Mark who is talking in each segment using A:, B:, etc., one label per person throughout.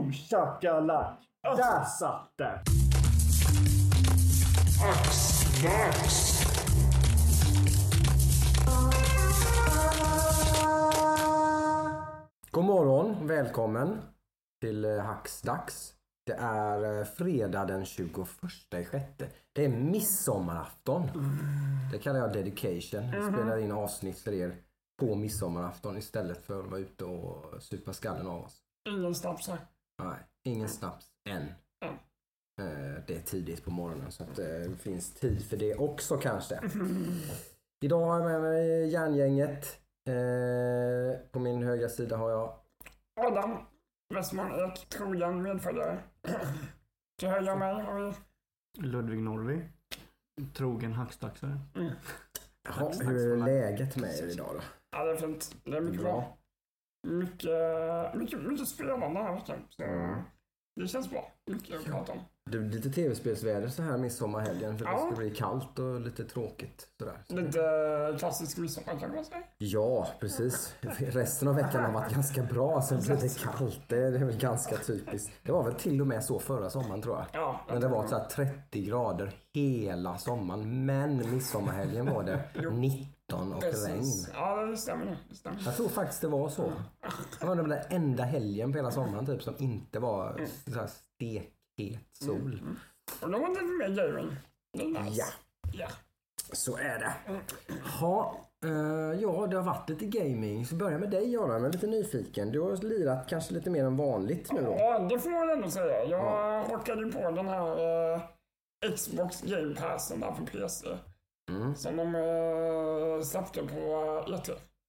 A: Boom shakalak. Där satt det.
B: God morgon, välkommen till Hacksdags. Det är fredag den 21/6. Det är midsommarafton. Det kallar jag dedication. Vi spelar in avsnitt för er på midsommarafton istället för att vara ute och supa skallen av oss.
C: Ingen snaps här.
B: Nej, ingen snaps än. Det är tidigt på morgonen så att det finns tid för det också kanske. Idag har jag med mig järngänget. På min högra sida har jag
C: Adam Westman Ek, trogen medföljare. Till höger mig har vi
A: Ludvig Norvi. Trogen hackstaxare.
B: Ja, hur är läget med er idag då?
C: Ja, det är fint. Det är mycket bra. Mycket spelande här veckan. Så det känns bra. Mycket att prata om.
B: Det blir lite tv-spelsväder så här midsommarhelgen för det ska bli kallt och lite tråkigt sådär.
C: Lite klassisk midsommar kan man säga.
B: Ja, precis. Resten av veckan har varit ganska bra, sen blir det kallt. Det är väl ganska typiskt. Det var väl till och med så förra sommaren tror jag.
C: Ja,
B: men det var så här 30 grader hela sommaren. Men midsommarhelgen var det 19 och regn.
C: Ja, det stämmer.
B: Jag tror faktiskt det var så. Det var den där enda helgen på hela sommaren typ som inte var så här stekhet sol.
C: Och då var det mer gaming.
B: Ja.
C: Ja.
B: Så är det. Ja, det har varit lite gaming. Så börja med dig, Göran. Jag är lite nyfiken. Du har lirat kanske lite mer än vanligt nu då.
C: Ja, det får man ändå säga. Jag hakade på den här Xbox Game Passen där för PC. Som de släppte på E3.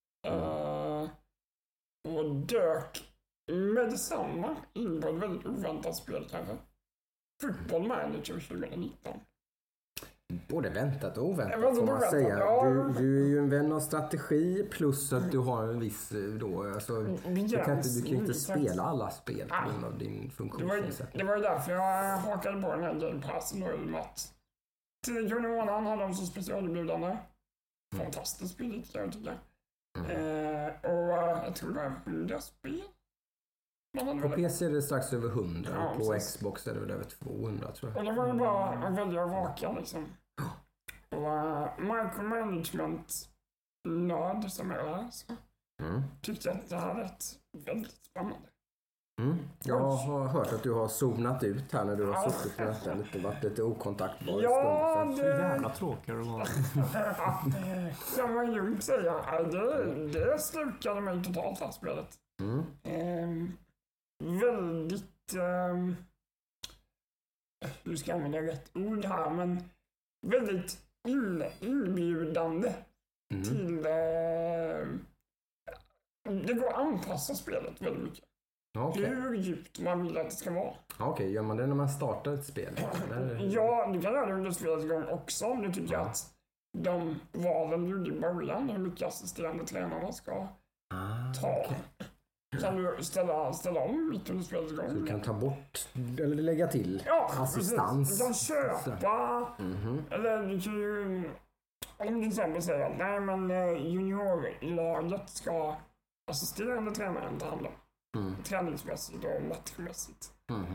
C: Och dök med detsamma in på ett väldigt oväntat spel kanske. Football Manager 2019.
B: Både väntat och oväntat
C: får
B: får man säga.
C: Ja.
B: Du är ju en vän av strategi plus att du har en viss då, alltså, du kan inte spela alla spel på grund av din funktionsnedsättning.
C: Det var ju därför jag hakade på den här Game Passen och i och med att 10 kronor i månaden hade de som specialerbjudande. Fantastiskt billigt kan jag tycka. Och jag tror det var 100 spel.
B: På PC är det strax över 100
C: ja,
B: och på Xbox är det väl över 200 tror jag.
C: Och det var ju bara att välja och vaka liksom. Och micromanagement-nörd som jag är så tyckte att det här är väldigt spännande.
B: Jag har hört att du har zonat ut här när du har suttit med detta lite, varit lite okontaktbar.
C: Ja,
A: det är jävla tråkigare att vara.
C: Kan man ju säga. Det slukade mig totalt här spelet. Väldigt hur ska jag använda rätt ord här, men väldigt inbjudande till det går att anpassa spelet väldigt mycket. Hur djupt man vill att det ska vara.
B: Okej, gör man det när man startar ett spel?
C: Ja, du kan göra det under spelets gång också om du tycker att de valen du gjorde i början, hur mycket assisterande tränarna ska ta.
B: Okay.
C: Kan du ställa om mitt under spelets gång.
B: Så du kan ta bort eller lägga till assistans.
C: Precis. Du kan köpa eller du kan ju om du till exempel säger att nej men juniorlaget ska assisterande tränaren ta hand om. Träningsmässigt och matchmässigt.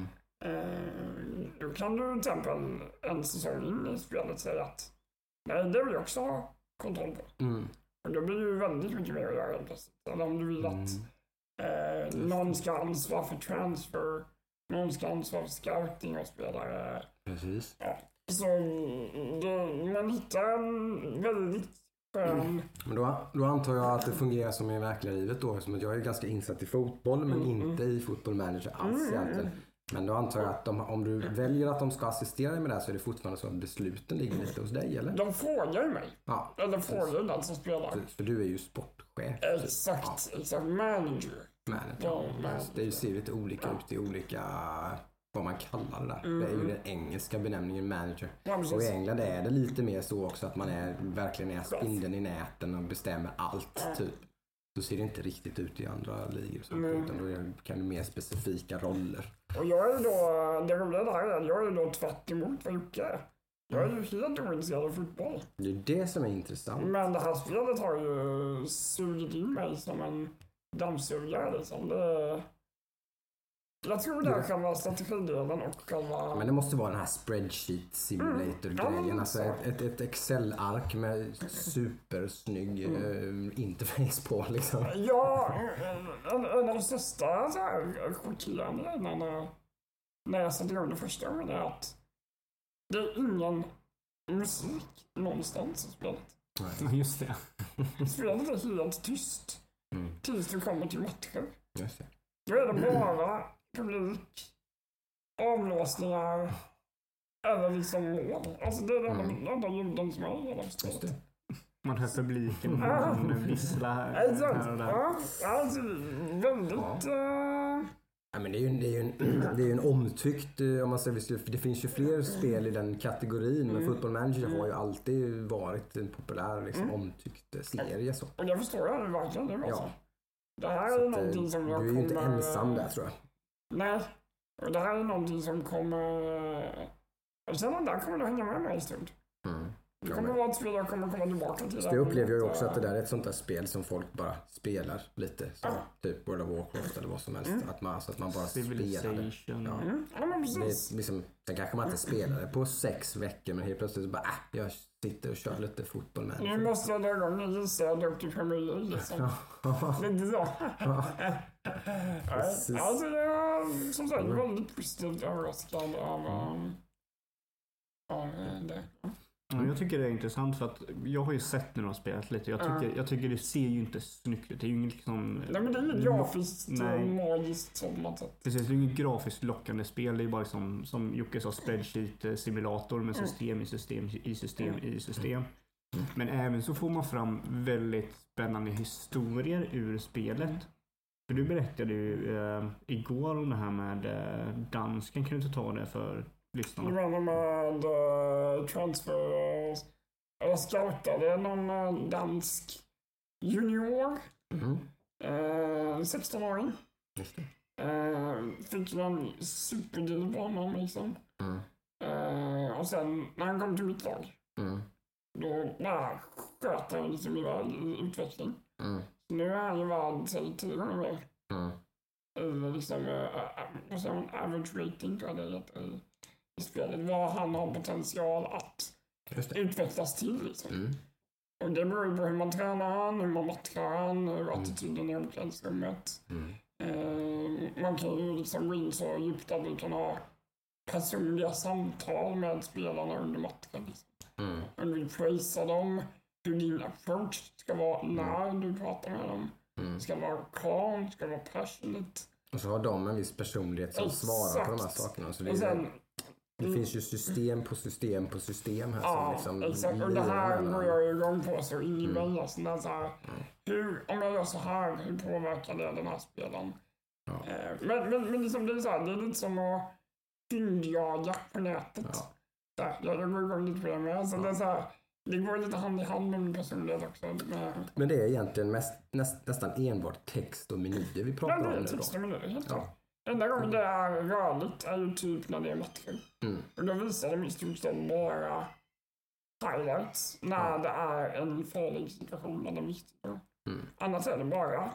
C: Då kan du till exempel en säsong in i spelet säga att nej, det vill jag också ha kontroll på. Och då blir det ju väldigt mycket mer att göra. Eller om du vill att någon ska ansvara för transfer, någon ska ansvara för scouting och spelare.
B: Precis.
C: Ja. Så man hittar en väldigt skön...
B: Men då antar jag att det fungerar som i verkliga livet då, som att jag är ganska insatt i fotboll men inte i Football Manager alls egentligen. Men då antar jag att om du väljer att de ska assistera med det här så är det fortfarande så att besluten ligger lite hos dig, eller?
C: De frågar ju mig.
B: Ja.
C: Eller frågar den som spelar.
B: För du är ju sportchef.
C: Exakt, manager.
B: Det ser lite olika ut i olika, vad man kallar det där. Det är ju den engelska benämningen manager. Och i England är det lite mer så också att man verkligen är spindeln i näten och bestämmer allt typ. Så ser det inte riktigt ut i andra ligor utan då kan det mer specifika roller.
C: Och jag är ju då, det roliga där är att jag är då tvärt emot vad Jocke är. Jag är ju helt ointresserad av fotboll.
B: Det är det som är intressant.
C: Men det här spelet har ju sugit in mig som en dammsugare liksom. Jag tror det är själva strategidelen och själva...
B: Men det måste vara den här spreadsheet simulator-grejen. Alltså ett Excel-ark med supersnygg interface på liksom.
C: Ja, en av de största chockerande grejerna när jag satte igång det första gången är att det är ingen musik någonstans i spelet.
A: Ja, just det.
C: Spelet är helt tyst tills du kommer till matcher.
B: Just det.
C: Då är det bara publik, avlåsningar eller liksom mål. Alltså det är den enda ljuden som är i hela spelet.
A: Man hör publiken vissla här och där.
C: Ja, alltså väldigt...
B: Ja, men det är ju en omtyckt, om man säger, för det finns ju fler spel i den kategorin, men Football Manager har ju alltid varit en populär omtyckt serie. Så.
C: Och jag förstår ju verkligen det.
B: Ja.
C: Det här är någonting som jag kommer...
B: Du är ju inte ensam där, tror jag.
C: Nej, och det här är någonting som kommer... Jag känner att där kommer det hänga med mig en stund. Det kommer vara ett spel jag kommer komma tillbaka till.
B: Jag upplever ju också att det där är ett sånt där spel som folk bara spelar lite. Så, typ World of Warcraft eller vad som helst. Så att man bara spelar det. Det liksom, sen kanske man inte spelar det på 6 veckor, men helt plötsligt så bara jag sitter och kör lite fotboll med.
C: Nu måste jag dra igång en gissa Dr. Premier League liksom. Lite så. Alltså jag är som sagt väldigt positivt överraskad av det.
A: Jag tycker det är intressant för att jag har ju sett när de har spelat lite. Jag tycker det ser ju inte snyggt ut. Det är ju inget liksom...
C: Nej, men det är ju grafiskt magiskt som man sett.
A: Precis, det är ju inget grafiskt lockande spel. Det är ju bara som Jocke sa, spreadsheet-simulator med system i system i system i system. Men även så får man fram väldigt spännande historier ur spelet. För du berättade ju igår om det här med dansken. Kan du inte ta det för lyssnarna?
C: Du menar med transfer... Jag scoutade någon dansk junior. 16-åring. Fick en superdeal på honom liksom. Och sen när han kom till mitt lag. Då sköt han liksom i utveckling. Nu är han ju värd 10 gånger mer. Liksom, average rating tror jag det heter i spelet. Vad han har potential att utvecklas till liksom. Och det beror ju på hur man tränar han, hur man matchar han, hur attityden i omklädningsrummet. Man kan ju liksom gå in så djupt att du kan ha personliga samtal med spelarna under matchen. Liksom. Och du praisar dem, hur din approach ska vara när du pratar med dem. Ska vara calm, ska vara passionate.
B: Och så har de en viss personlighet som svarar på de här sakerna. Så det finns ju system på system på system här.
C: Ja,
B: som liksom
C: exakt. Och det här går jag igång på så in i mig. Alltså, om jag gör så här, hur påverkar det den här spelaren? Men liksom, det är så här, det är lite som att fyndjaga på nätet. Jag går igång lite på det med. Alltså, det är så här, det går lite hand i hand med min personlighet också.
B: Men det är egentligen nästan enbart text och menyer vi pratar om nu då.
C: Text och menyer, helt klart. Enda gången det är rörligt är ju typ när det är matcher. Och då visar de i stort sett bara highlights när det är en farlig situation eller viktig. Annars är det bara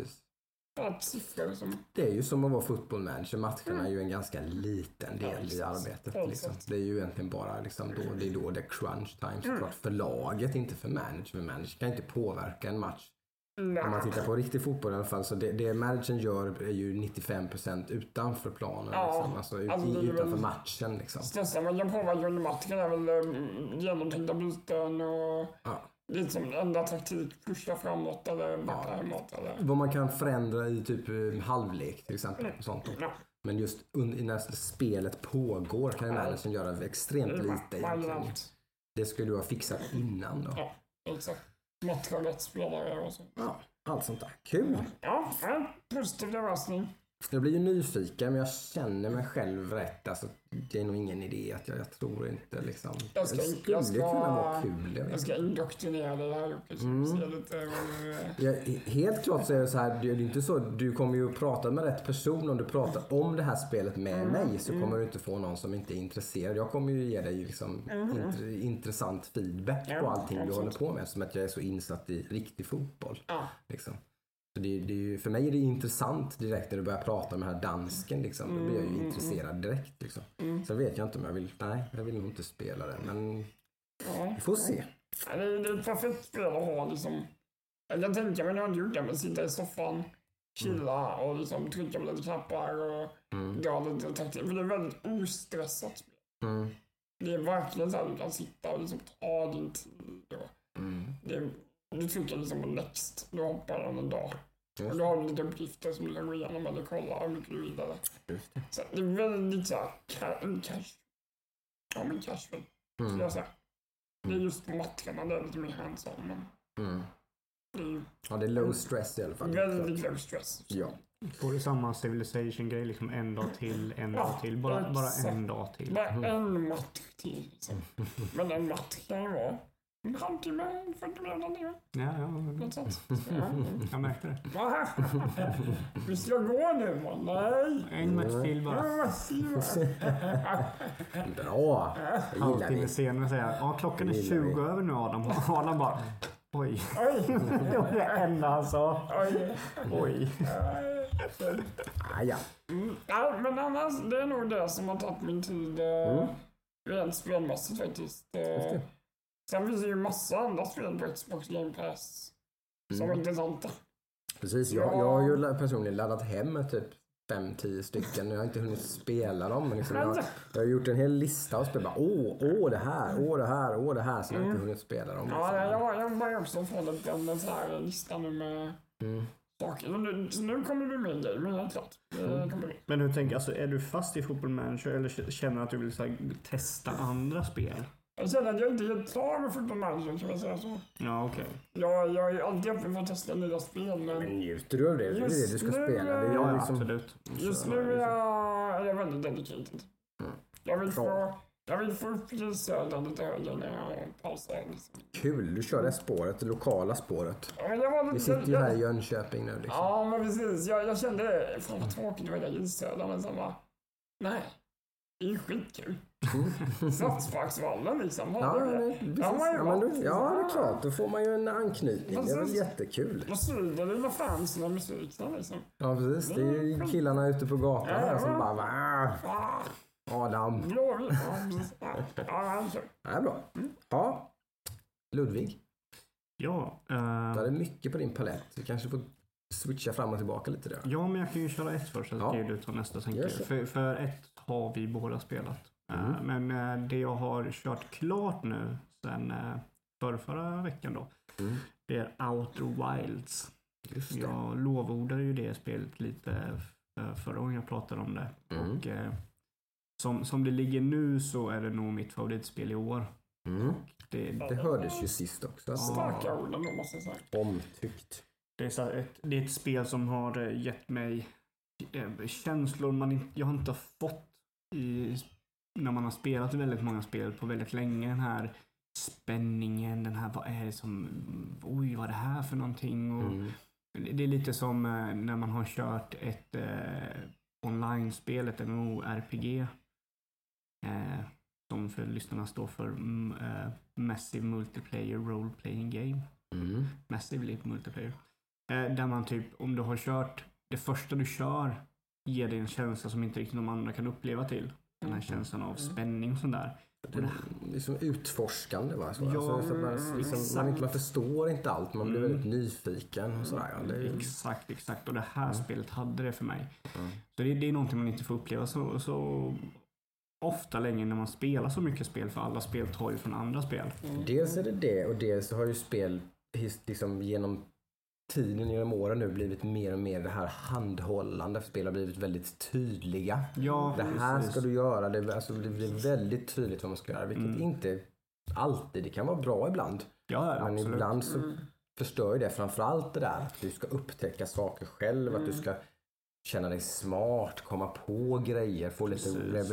C: siffror som...
B: Det är ju som att vara footballmanager. Matcherna är ju en ganska liten del i arbetet. Liksom. Det är ju egentligen bara liksom, det är då det är crunch time såklart för laget, inte för manager. För manager kan inte påverka en match. Om man tittar på riktig fotboll i alla fall, så det managern gör är ju 95% utanför planen. Liksom. Alltså utanför matchen. Liksom.
C: Största man kan påverka under matchen är väl genomtänkta byten och lite som enda taktik, pusha framåt eller backa hemåt. Eller...
B: Vad man kan förändra i typ halvlek till exempel. Och sånt. Men just när spelet pågår kan managern göra extremt lite egentligen. Det skulle du ha fixat innan då.
C: Ja, exakt. Matcha rätt spelare och så.
B: Ja, allt sånt där. Kul!
C: Ja, positiv överraskning.
B: Jag blir ju nyfiken, men jag känner mig själv rätt. Alltså, det är nog ingen idé att jag tror inte liksom.
C: Det skulle
B: kunna vara kul.
C: Jag ska indoktrinera det här.
B: Helt klart så är det så här, det är inte så. Du kommer ju att prata med rätt person. Om du pratar om det här spelet med mig så kommer du inte få någon som inte är intresserad. Jag kommer ju ge dig liksom intressant feedback på allting du håller på med. Som att jag är så insatt i riktig fotboll. Liksom. Så det är ju, för mig är det intressant direkt när du börjar prata om den här dansken liksom. Då blir jag ju intresserad direkt liksom. Så vet jag inte om jag vill nog inte spela det, men vi får se.
C: Ja, det är ett perfekt spel att ha liksom. Jag tänker mig när jag gjorde det med sitta i soffan, chilla och liksom trycka på lite knappar och dra lite taktik. För det är väldigt ostressat spel. Det är verkligen så att du kan sitta och liksom ta din tid. Du trycker liksom på next, du hoppar en dag. Och då har du lite uppgifter som du kan gå igenom eller kolla hur mycket du vidare. Så det är väldigt så här casual, skulle jag säga. Det är just på matcherna, det är lite mer hands-on. Men
B: det är low stress i alla fall.
C: Väldigt low stress.
B: Ja.
A: Får du samma Civilization-grej liksom en dag till, bara en dag till.
C: Bara en match till. Liksom. Men en match kan ju vara en halvtimme, 40 minuter.
A: Ja.
C: Något sånt.
A: Jag märkte det.
C: Vi ska gå nu, man. Nej.
A: En match till bara.
B: Bra.
A: Halvtimme senare säger jag, klockan är 20 över nu, Adam. Adam bara, oj. Det var det enda han sa. Oj.
B: Ja.
C: Ja, men annars, det är nog det som har tagit min tid rent spelmässigt faktiskt. Sen finns det ju massa andra spel på Xbox Game Pass som är intressanta.
B: Precis, jag har ju personligen laddat hem typ 5-10 stycken. Jag har inte hunnit spela dem, men liksom jag har gjort en hel lista och spelat det här, så jag har inte hunnit spela dem.
C: Ja, jag börjar också få en så här lista nu med saker. Så nu kommer du med dig, men helt klart.
A: Men hur tänker, alltså, är du fast i Football Manager eller känner att du vill så här, testa andra spel?
C: Jag känner att jag inte är helt klar med Football Manager, kan jag säga så.
A: Ja, okej.
C: Jag är alltid öppen för att testa nya spel, men
B: njuter du av det? Det är det du ska spela. Det är
A: Ja,
B: liksom...
A: absolut.
C: Just nu är jag väldigt dedicated. Jag vill få upp ljussödan lite högre när jag pausar. Liksom.
B: Kul, du kör det spåret, det lokala spåret.
C: Ja,
B: vi sitter ju här i Jönköping nu. Liksom.
C: Ja, men precis. Jag kände det. Fan vad tråkigt att välja ljussödan, men sen bara, nej. Det är ju skitkul. Slottsparksvallen liksom.
B: Ja, det är klart. Då får man ju en anknytning. Precis. Det är väl jättekul.
C: Och sprider lilla fansen av musiken liksom.
B: Ja, precis. Det är ju killarna ute på gatan här som bara Adam. Det är bra. Ja. Ludvig.
A: Ja.
B: Du hade mycket på din palett. Du kanske får switcha fram och tillbaka lite där.
A: Ja, men jag kan ju köra ett först så att du tar nästa. För ett har vi båda spelat. Men det jag har kört klart nu sen förra veckan då, det är Outer Wilds. Jag lovordade ju det spelet lite förra gången jag pratade om det. Och som det ligger nu så är det nog mitt favoritspel i år.
B: Det hördes ju sist också.
C: Starka ord, måste jag säga.
B: Omtyckt.
A: Det är ett spel som har gett mig känslor jag inte har fått när man har spelat väldigt många spel på väldigt länge. Den här spänningen, den här, vad är det som, vad är det här för någonting? Och det är lite som när man har kört ett online-spel, ett MMORPG, som för lyssnarna står för Massive Multiplayer Role Playing Game. Massive Multiplayer. Där man typ, om du har kört, det första du kör ger dig en känsla som inte riktigt de andra kan uppleva till. Den här känslan av spänning och sånt där.
B: Det är liksom utforskande, va? Så, ja, så man förstår inte allt. Man blir väldigt nyfiken och sådär. Ja,
A: Exakt. Och det här spelet hade det för mig. Så det är någonting man inte får uppleva så ofta länge när man spelar så mycket spel. För alla spel tar ju från andra spel.
B: Dels är det och dels har ju spel liksom genom tiden, genom åren nu blivit mer och mer det här handhållande. Spel har blivit väldigt tydliga.
A: Ja,
B: det här ska du göra. Det blir väldigt tydligt vad man ska göra. Vilket inte alltid, det kan vara bra ibland.
A: Ja,
B: men
A: absolut.
B: Ibland så förstör det framförallt det där. Att du ska upptäcka saker själv. Att du ska känna dig smart, komma på grejer, få lite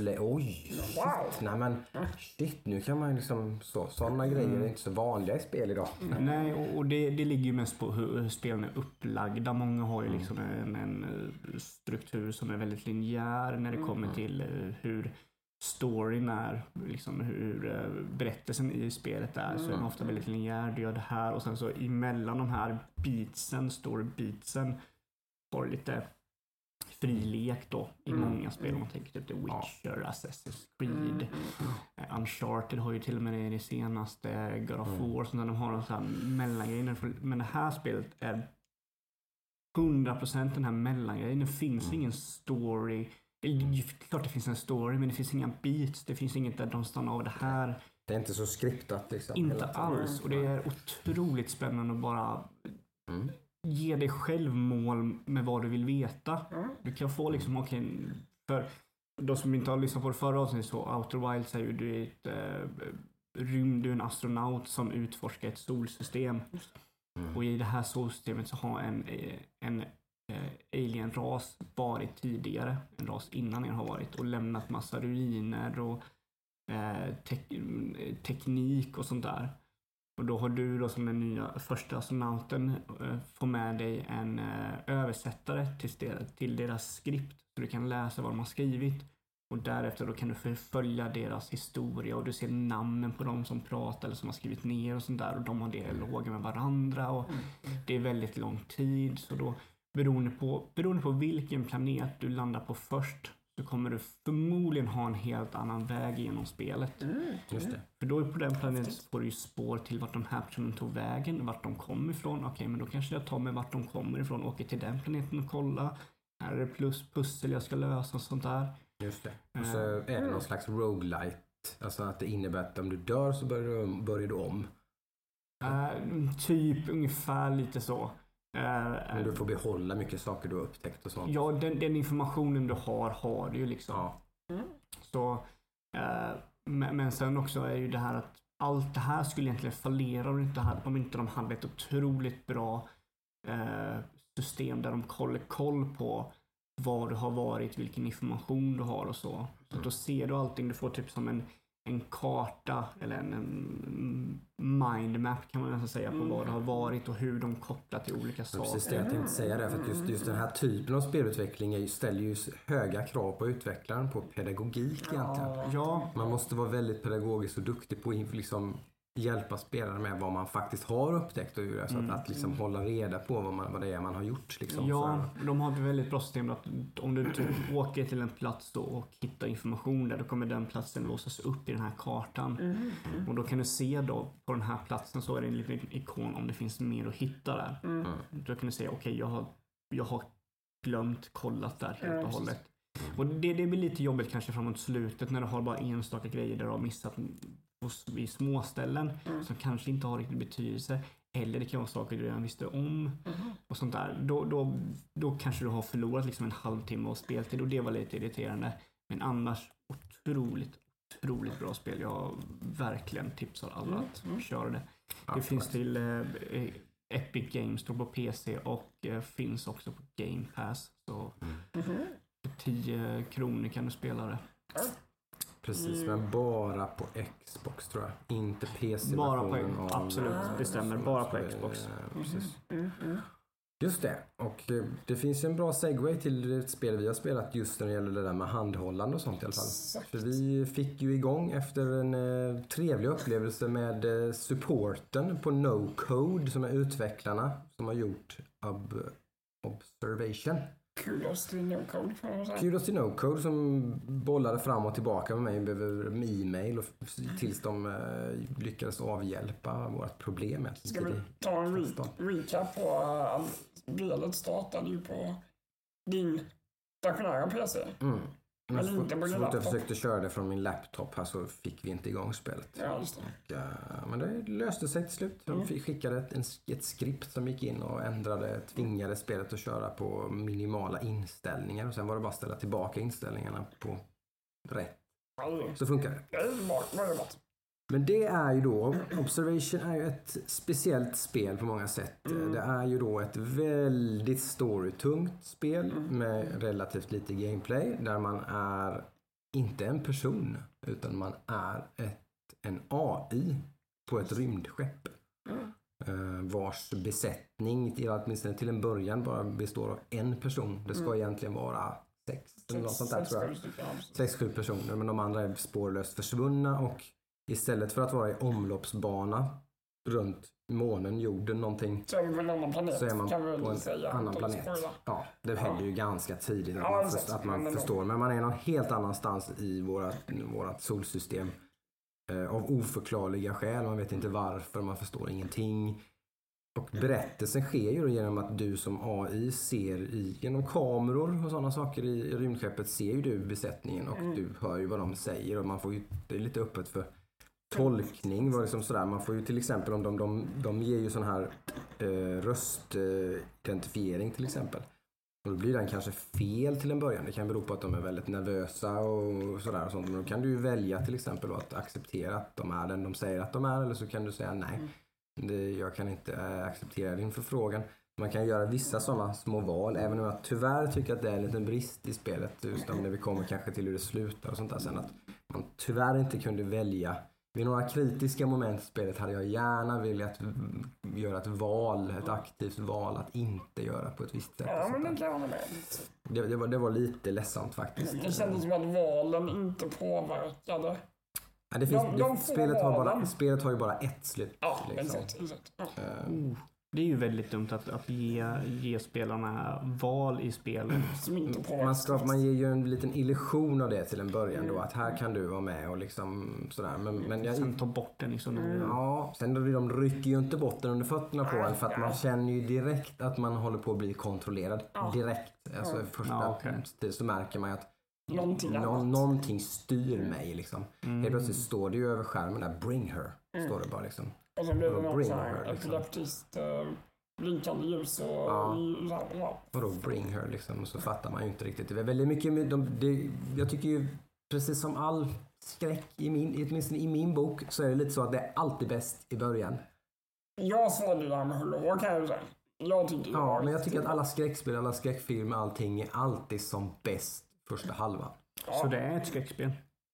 B: shit, nu kan man liksom sådana grejer är inte så vanliga i spel idag.
A: Nej, och det ligger ju mest på hur spelen är upplagda. Många har ju liksom en struktur som är väldigt linjär när det kommer till hur storyn är, liksom hur berättelsen i spelet är, så är den ofta väldigt linjär. Du gör det här och sen så emellan de här story-beatsen har lite frilek då i många spel. Om man tänker typ The Witcher, Assassin's Creed, Uncharted har ju till och med det i det senaste, God of War, så när de har en sån här mellangrejer. Men det här spelet är 100% den här mellangrejen. Det finns ingen story. Klart det finns en story, men det finns inga beats. Det finns inget där de stannar av det här.
B: Det är inte så skriptat liksom.
A: Inte alls. Och det är otroligt spännande att bara ge dig själv mål med vad du vill veta. Du kan få liksom, för de som inte har lyssnat på det förra avsnittet, så Outer Wilds är ju du är en astronaut som utforskar ett solsystem. Och i det här solsystemet så har en alien-ras varit tidigare. En ras innan er har varit och lämnat massa ruiner och teknik och sånt där. Och då har du då som den nya första astronauten får med dig en översättare till deras skript. Så du kan läsa vad de har skrivit. Och därefter då kan du förfölja deras historia och du ser namnen på dem som pratar eller som har skrivit ner och sånt där. Och de har dialoger med varandra och det är väldigt lång tid. Så då beroende på vilken planet du landar på först så kommer du förmodligen ha en helt annan väg genom spelet.
B: Just det.
A: För då på den planeten så får du ju spår till vart de här personerna tog vägen, vart de kom ifrån. Okej, men då kanske jag tar mig vart de kommer ifrån, åker till den planeten och kolla. Här är det pussel jag ska lösa och sånt där.
B: Just det. Och så är det någon slags roguelite. Alltså att det innebär att om du dör så börjar du om.
A: Typ ungefär lite så.
B: Men du får behålla mycket saker du har upptäckt och sånt.
A: Ja, den informationen du har du ju liksom. Ja. Så, men sen också är ju det här att allt det här skulle egentligen fallera om inte de hade ett otroligt bra system där de håller koll på var du har varit, vilken information du har och så. Så då ser du allting, du får typ som en karta eller en mindmap kan man nästan säga på vad det har varit och hur de kopplar till olika saker.
B: Precis det jag tänkte säga där, för att just den här typen av spelutveckling ställer ju höga krav på utvecklaren på pedagogik egentligen.
A: Ja.
B: Man måste vara väldigt pedagogisk och duktig på att liksom hjälpa spelare med vad man faktiskt har upptäckt och göra, så att liksom hålla reda på vad det är man har gjort. Liksom,
A: ja, de har ett väldigt bra system att om du typ åker till en plats då och hittar information där, då kommer den platsen låsas upp i den här kartan. Och då kan du se då på den här platsen så är det en liten ikon om det finns mer att hitta där. Då kan du säga okej, jag har glömt kollat där helt och hållet. Och det blir lite jobbigt kanske framåt slutet när du har bara enstaka grejer där du har missat vid småställen som kanske inte har riktigt betydelse, eller det kan vara saker du redan visste om och sånt där. Då kanske du har förlorat liksom en halvtimme av speltid och det var lite irriterande. Men annars otroligt bra spel. Jag verkligen tipsar alla att köra det. Det finns till Epic Games Store på PC och finns också på Game Pass. Så för 10 kronor kan du spela det.
B: Precis, men bara på Xbox tror jag. Inte PC.
A: Bara på absolut, det stämmer. Bara på Xbox.
B: Precis. Just det. Och det finns en bra segway till ett spel vi har spelat just när det gäller det där med handhållande och sånt i alla fall. För vi fick ju igång efter en trevlig upplevelse med supporten på No Code som är utvecklarna som har gjort Observation.
C: Kudos till No Code.
B: Kudos till No Code som bollade fram och tillbaka med mig över e-mail och tills de lyckades avhjälpa vårt problem.
C: Ska vi ta en recap på spelet startade ju på din stationära PC? Eller inte på din laptop.
B: Jag försökte köra det från min laptop här så fick vi inte igång spelet.
C: Ja, just det.
B: Och, men det löste sig till slut. De skickade ett skript som gick in och tvingade spelet att köra på minimala inställningar och sen var det bara att ställa tillbaka inställningarna på rätt. Så funkar det.
C: Det är bra.
B: Men det är ju då, Observation är ju ett speciellt spel på många sätt. Det är ju då ett väldigt storytungt spel med relativt lite gameplay där man är inte en person utan man är en AI på ett rymdskepp. Vars besättning åtminstone till en början bara består av en person. Det ska egentligen vara 6 eller något sånt där tror jag. 6-7 personer, men de andra är spårlöst försvunna och istället för att vara i omloppsbana runt månen, jorden, någonting.
C: Så är man på en annan planet.
B: Så är man
C: kan
B: på en annan planet. Ja, det händer ju ganska tidigt att man förstår. Men man är någon helt annanstans i vårat solsystem. Av oförklarliga skäl. Man vet inte varför, man förstår ingenting. Och berättelsen sker ju genom att du som AI ser genom kameror och sådana saker i rymdskeppet ser ju du besättningen och du hör ju vad de säger och man får ju, det är lite öppet för tolkning. Var liksom sådär. Man får ju till exempel om de ger ju sån här röstidentifiering till exempel. Och då blir den kanske fel till en början. Det kan bero på att de är väldigt nervösa och sådär och sånt. Men då kan du ju välja till exempel att acceptera att de är den de säger att de är, eller så kan du säga nej. Jag kan inte acceptera din förfrågan. Man kan göra vissa sådana små val, även om jag tyvärr tycker att det är en liten brist i spelet, just när vi kommer kanske till hur det slutar och sånt där sen, att man tyvärr inte kunde välja. Vid några kritiska moment i spelet hade jag gärna velat göra ett aktivt val att inte göra på ett visst sätt.
C: Ja, men det kan jag hålla med.
B: Det var lite ledsamt faktiskt.
C: Det kändes som att valen inte påverkade.
B: Ja, spelet har ju bara ett slut.
C: Ja,
B: liksom.
C: exakt. Ja.
A: Det är ju väldigt dumt att ge spelarna val i spelet.
C: Som inte påverkar.
B: Man ger ju en liten illusion av det till en början då, att här kan du vara med och liksom sådär. Men
A: sen ta bort den liksom.
B: Ja, sen de rycker ju inte bort den under fötterna på en, för att man känner ju direkt att man håller på att bli kontrollerad. Direkt. Alltså första tid så märker man ju att någonting styr mig liksom. Helt plötsligt står det ju över skärmen där, bring her, står det bara liksom.
C: Och så blir det något såhär epileptiskt blinkande ljus och
B: Vadå bring her liksom, och så fattar man ju inte riktigt. Det är väldigt mycket jag tycker ju, precis som all skräck åtminstone i min bok, så är det lite så att det är alltid bäst i början.
C: Jag svarade det där med hull och kan jag säga.
B: Men jag tycker att alla skräckspel, alla skräckfilmer, allting är alltid som bäst första halvan.
A: Ja. Så det är ett skräckspel?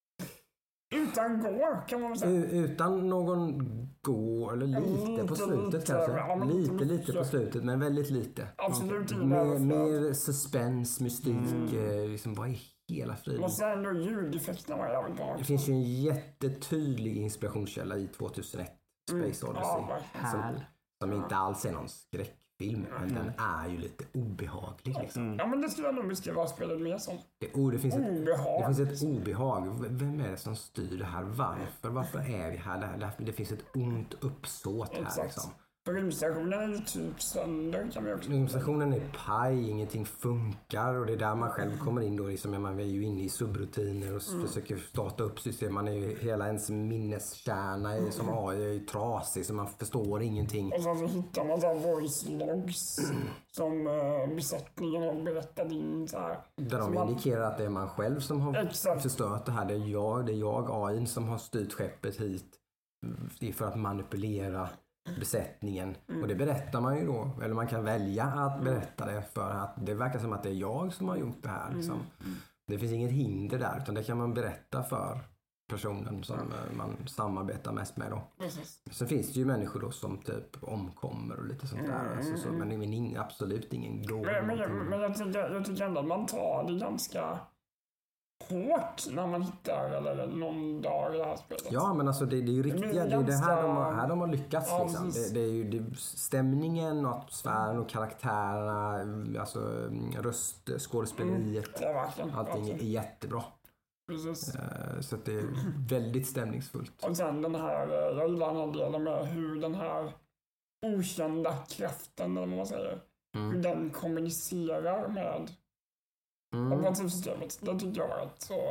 C: Utan går kan man väl säga.
B: Utan någon går, eller lite på slutet kanske. Ja, lite på slutet, men väldigt lite.
C: Absolut inte.
B: Mer suspense, mystik, liksom vad är hela friden.
C: Och sen då ljudeffekterna var jävligt bra.
B: Det finns ju en jättetydlig inspirationskälla i 2001 Space Odyssey. Som inte alls är någon skräckfilm, men den är ju lite obehaglig liksom.
C: Ja, men det skulle jag nog beskriva spelet mer som.
B: Det finns ett obehag. Vem är det som styr det här? Varför är vi här? Det finns ett ont uppsåt här liksom.
C: Rymdstationen är ju typ sönder, kan vi också.
B: Rymdstationen är paj, ingenting funkar, och det är där man själv kommer in då liksom, man är ju inne i subrutiner och försöker starta upp system. Man är ju, hela ens minneskärna som AI är ju trasig, så man förstår ingenting.
C: Och sen så hittar man så här voice logs som besättningen har berättat in så här.
B: Där de indikerar att det är man själv som har förstört det här. Det är jag AI som har styrt skeppet hit. Det är för att manipulera besättningen. Och det berättar man ju då, eller man kan välja att berätta det, för att det verkar som att det är jag som har gjort det här liksom. Det finns inget hinder där, utan det kan man berätta för personen som man samarbetar mest med då. Sen finns det ju människor då som typ omkommer och lite sånt där, alltså, men absolut ingen går.
C: Men jag tycker ändå att man tar det ganska hårt när man hittar eller någon dag i det här spelet.
B: Ja, men alltså det är ju riktigt, det är det här de har lyckats liksom. Det är ju stämningen och atmosfären och karaktärerna, alltså röstskådespeleriet, allting är jättebra.
C: Precis.
B: Så att det är väldigt stämningsfullt.
C: Och sen den här, jag gillar den här delen med hur den här okända kraften, eller vad man säger, hur den kommunicerar med operativsystemet. Det tycker jag var rätt så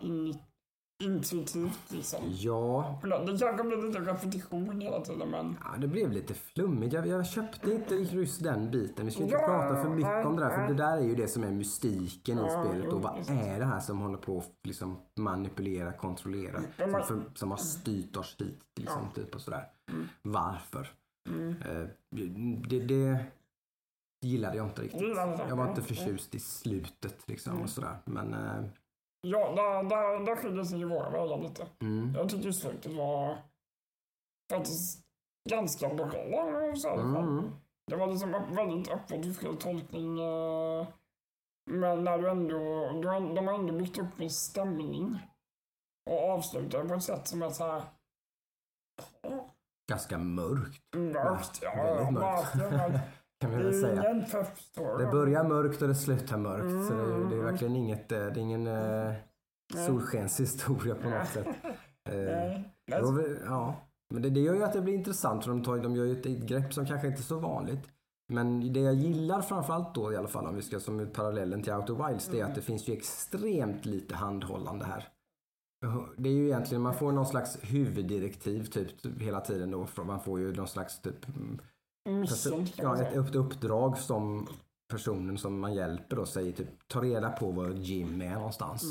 C: intuitivt liksom.
B: Ja.
C: Det kanske blev lite repetition hela tiden, men...
B: Ja, det blev lite flummigt. Jag köpte inte just den biten. Vi ska inte prata för mycket om det där, för det där är ju det som är mystiken i spelet. Och vad är det här som håller på att liksom manipulera, kontrollera, som har styrt oss hit liksom, typ och sådär. Varför? Det gillade jag inte riktigt. Jag var inte förtjust i slutet liksom och sådär. Men...
C: Ja, där skiljer sig ju våra vägar lite. Jag tycker slutet var faktiskt ganska bra. Det var liksom väldigt öppet och fri tolkning. Men när de har ändå byggt upp en stämning och avslutar på ett sätt som är så här.
B: Ganska mörkt.
C: Mörkt, ja.
B: Väldigt mörkt. Kan vi väl säga. Det börjar mörkt och det slutar mörkt. Så det är verkligen inget, det är ingen solskenshistoria på något sätt. Ja. Men det gör ju att det blir intressant. För de gör ju ett grepp som kanske inte är så vanligt. Men det jag gillar framförallt då i alla fall, om vi ska som parallellen till Outer Wilds, det är att det finns ju extremt lite handhållande här. Det är ju egentligen, man får någon slags huvuddirektiv typ hela tiden då. Man får ju någon slags typ ett uppdrag som personen som man hjälper då säger typ, ta reda på var Jim är någonstans.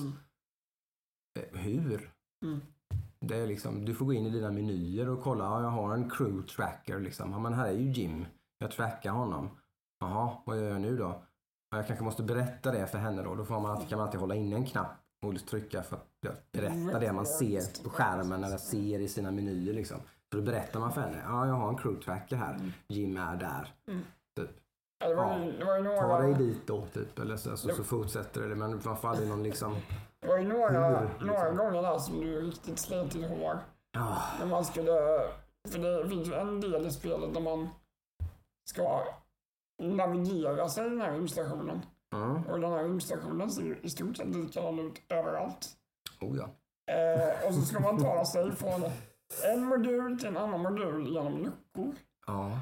B: Hur? Det är liksom, du får gå in i dina menyer och kolla, jag har en crew tracker liksom. Men här är ju Jim. Jag trackar honom. Jaha, vad gör jag nu då? Jag kanske måste berätta det för henne då. Då kan man alltid hålla inne en knapp och trycka för att berätta det man ser på skärmen eller ser i sina menyer liksom. Så då berättar man för henne. Ja, jag har en crew tracker här. Jim är där. Typ. Ta dig dit då typ. Eller så fortsätter det. Men man får aldrig någon liksom...
C: Det var ju några gånger där som du riktigt slet i hår. När man skulle... För det finns ju en del i spelet där man ska navigera sig i den här rymdstationen. Och den här rymdstationen ser ju i stort sett likadan ut överallt.
B: Oh ja.
C: Och så ska man ta sig från en modul till en annan modul genom luckor.
B: Ja.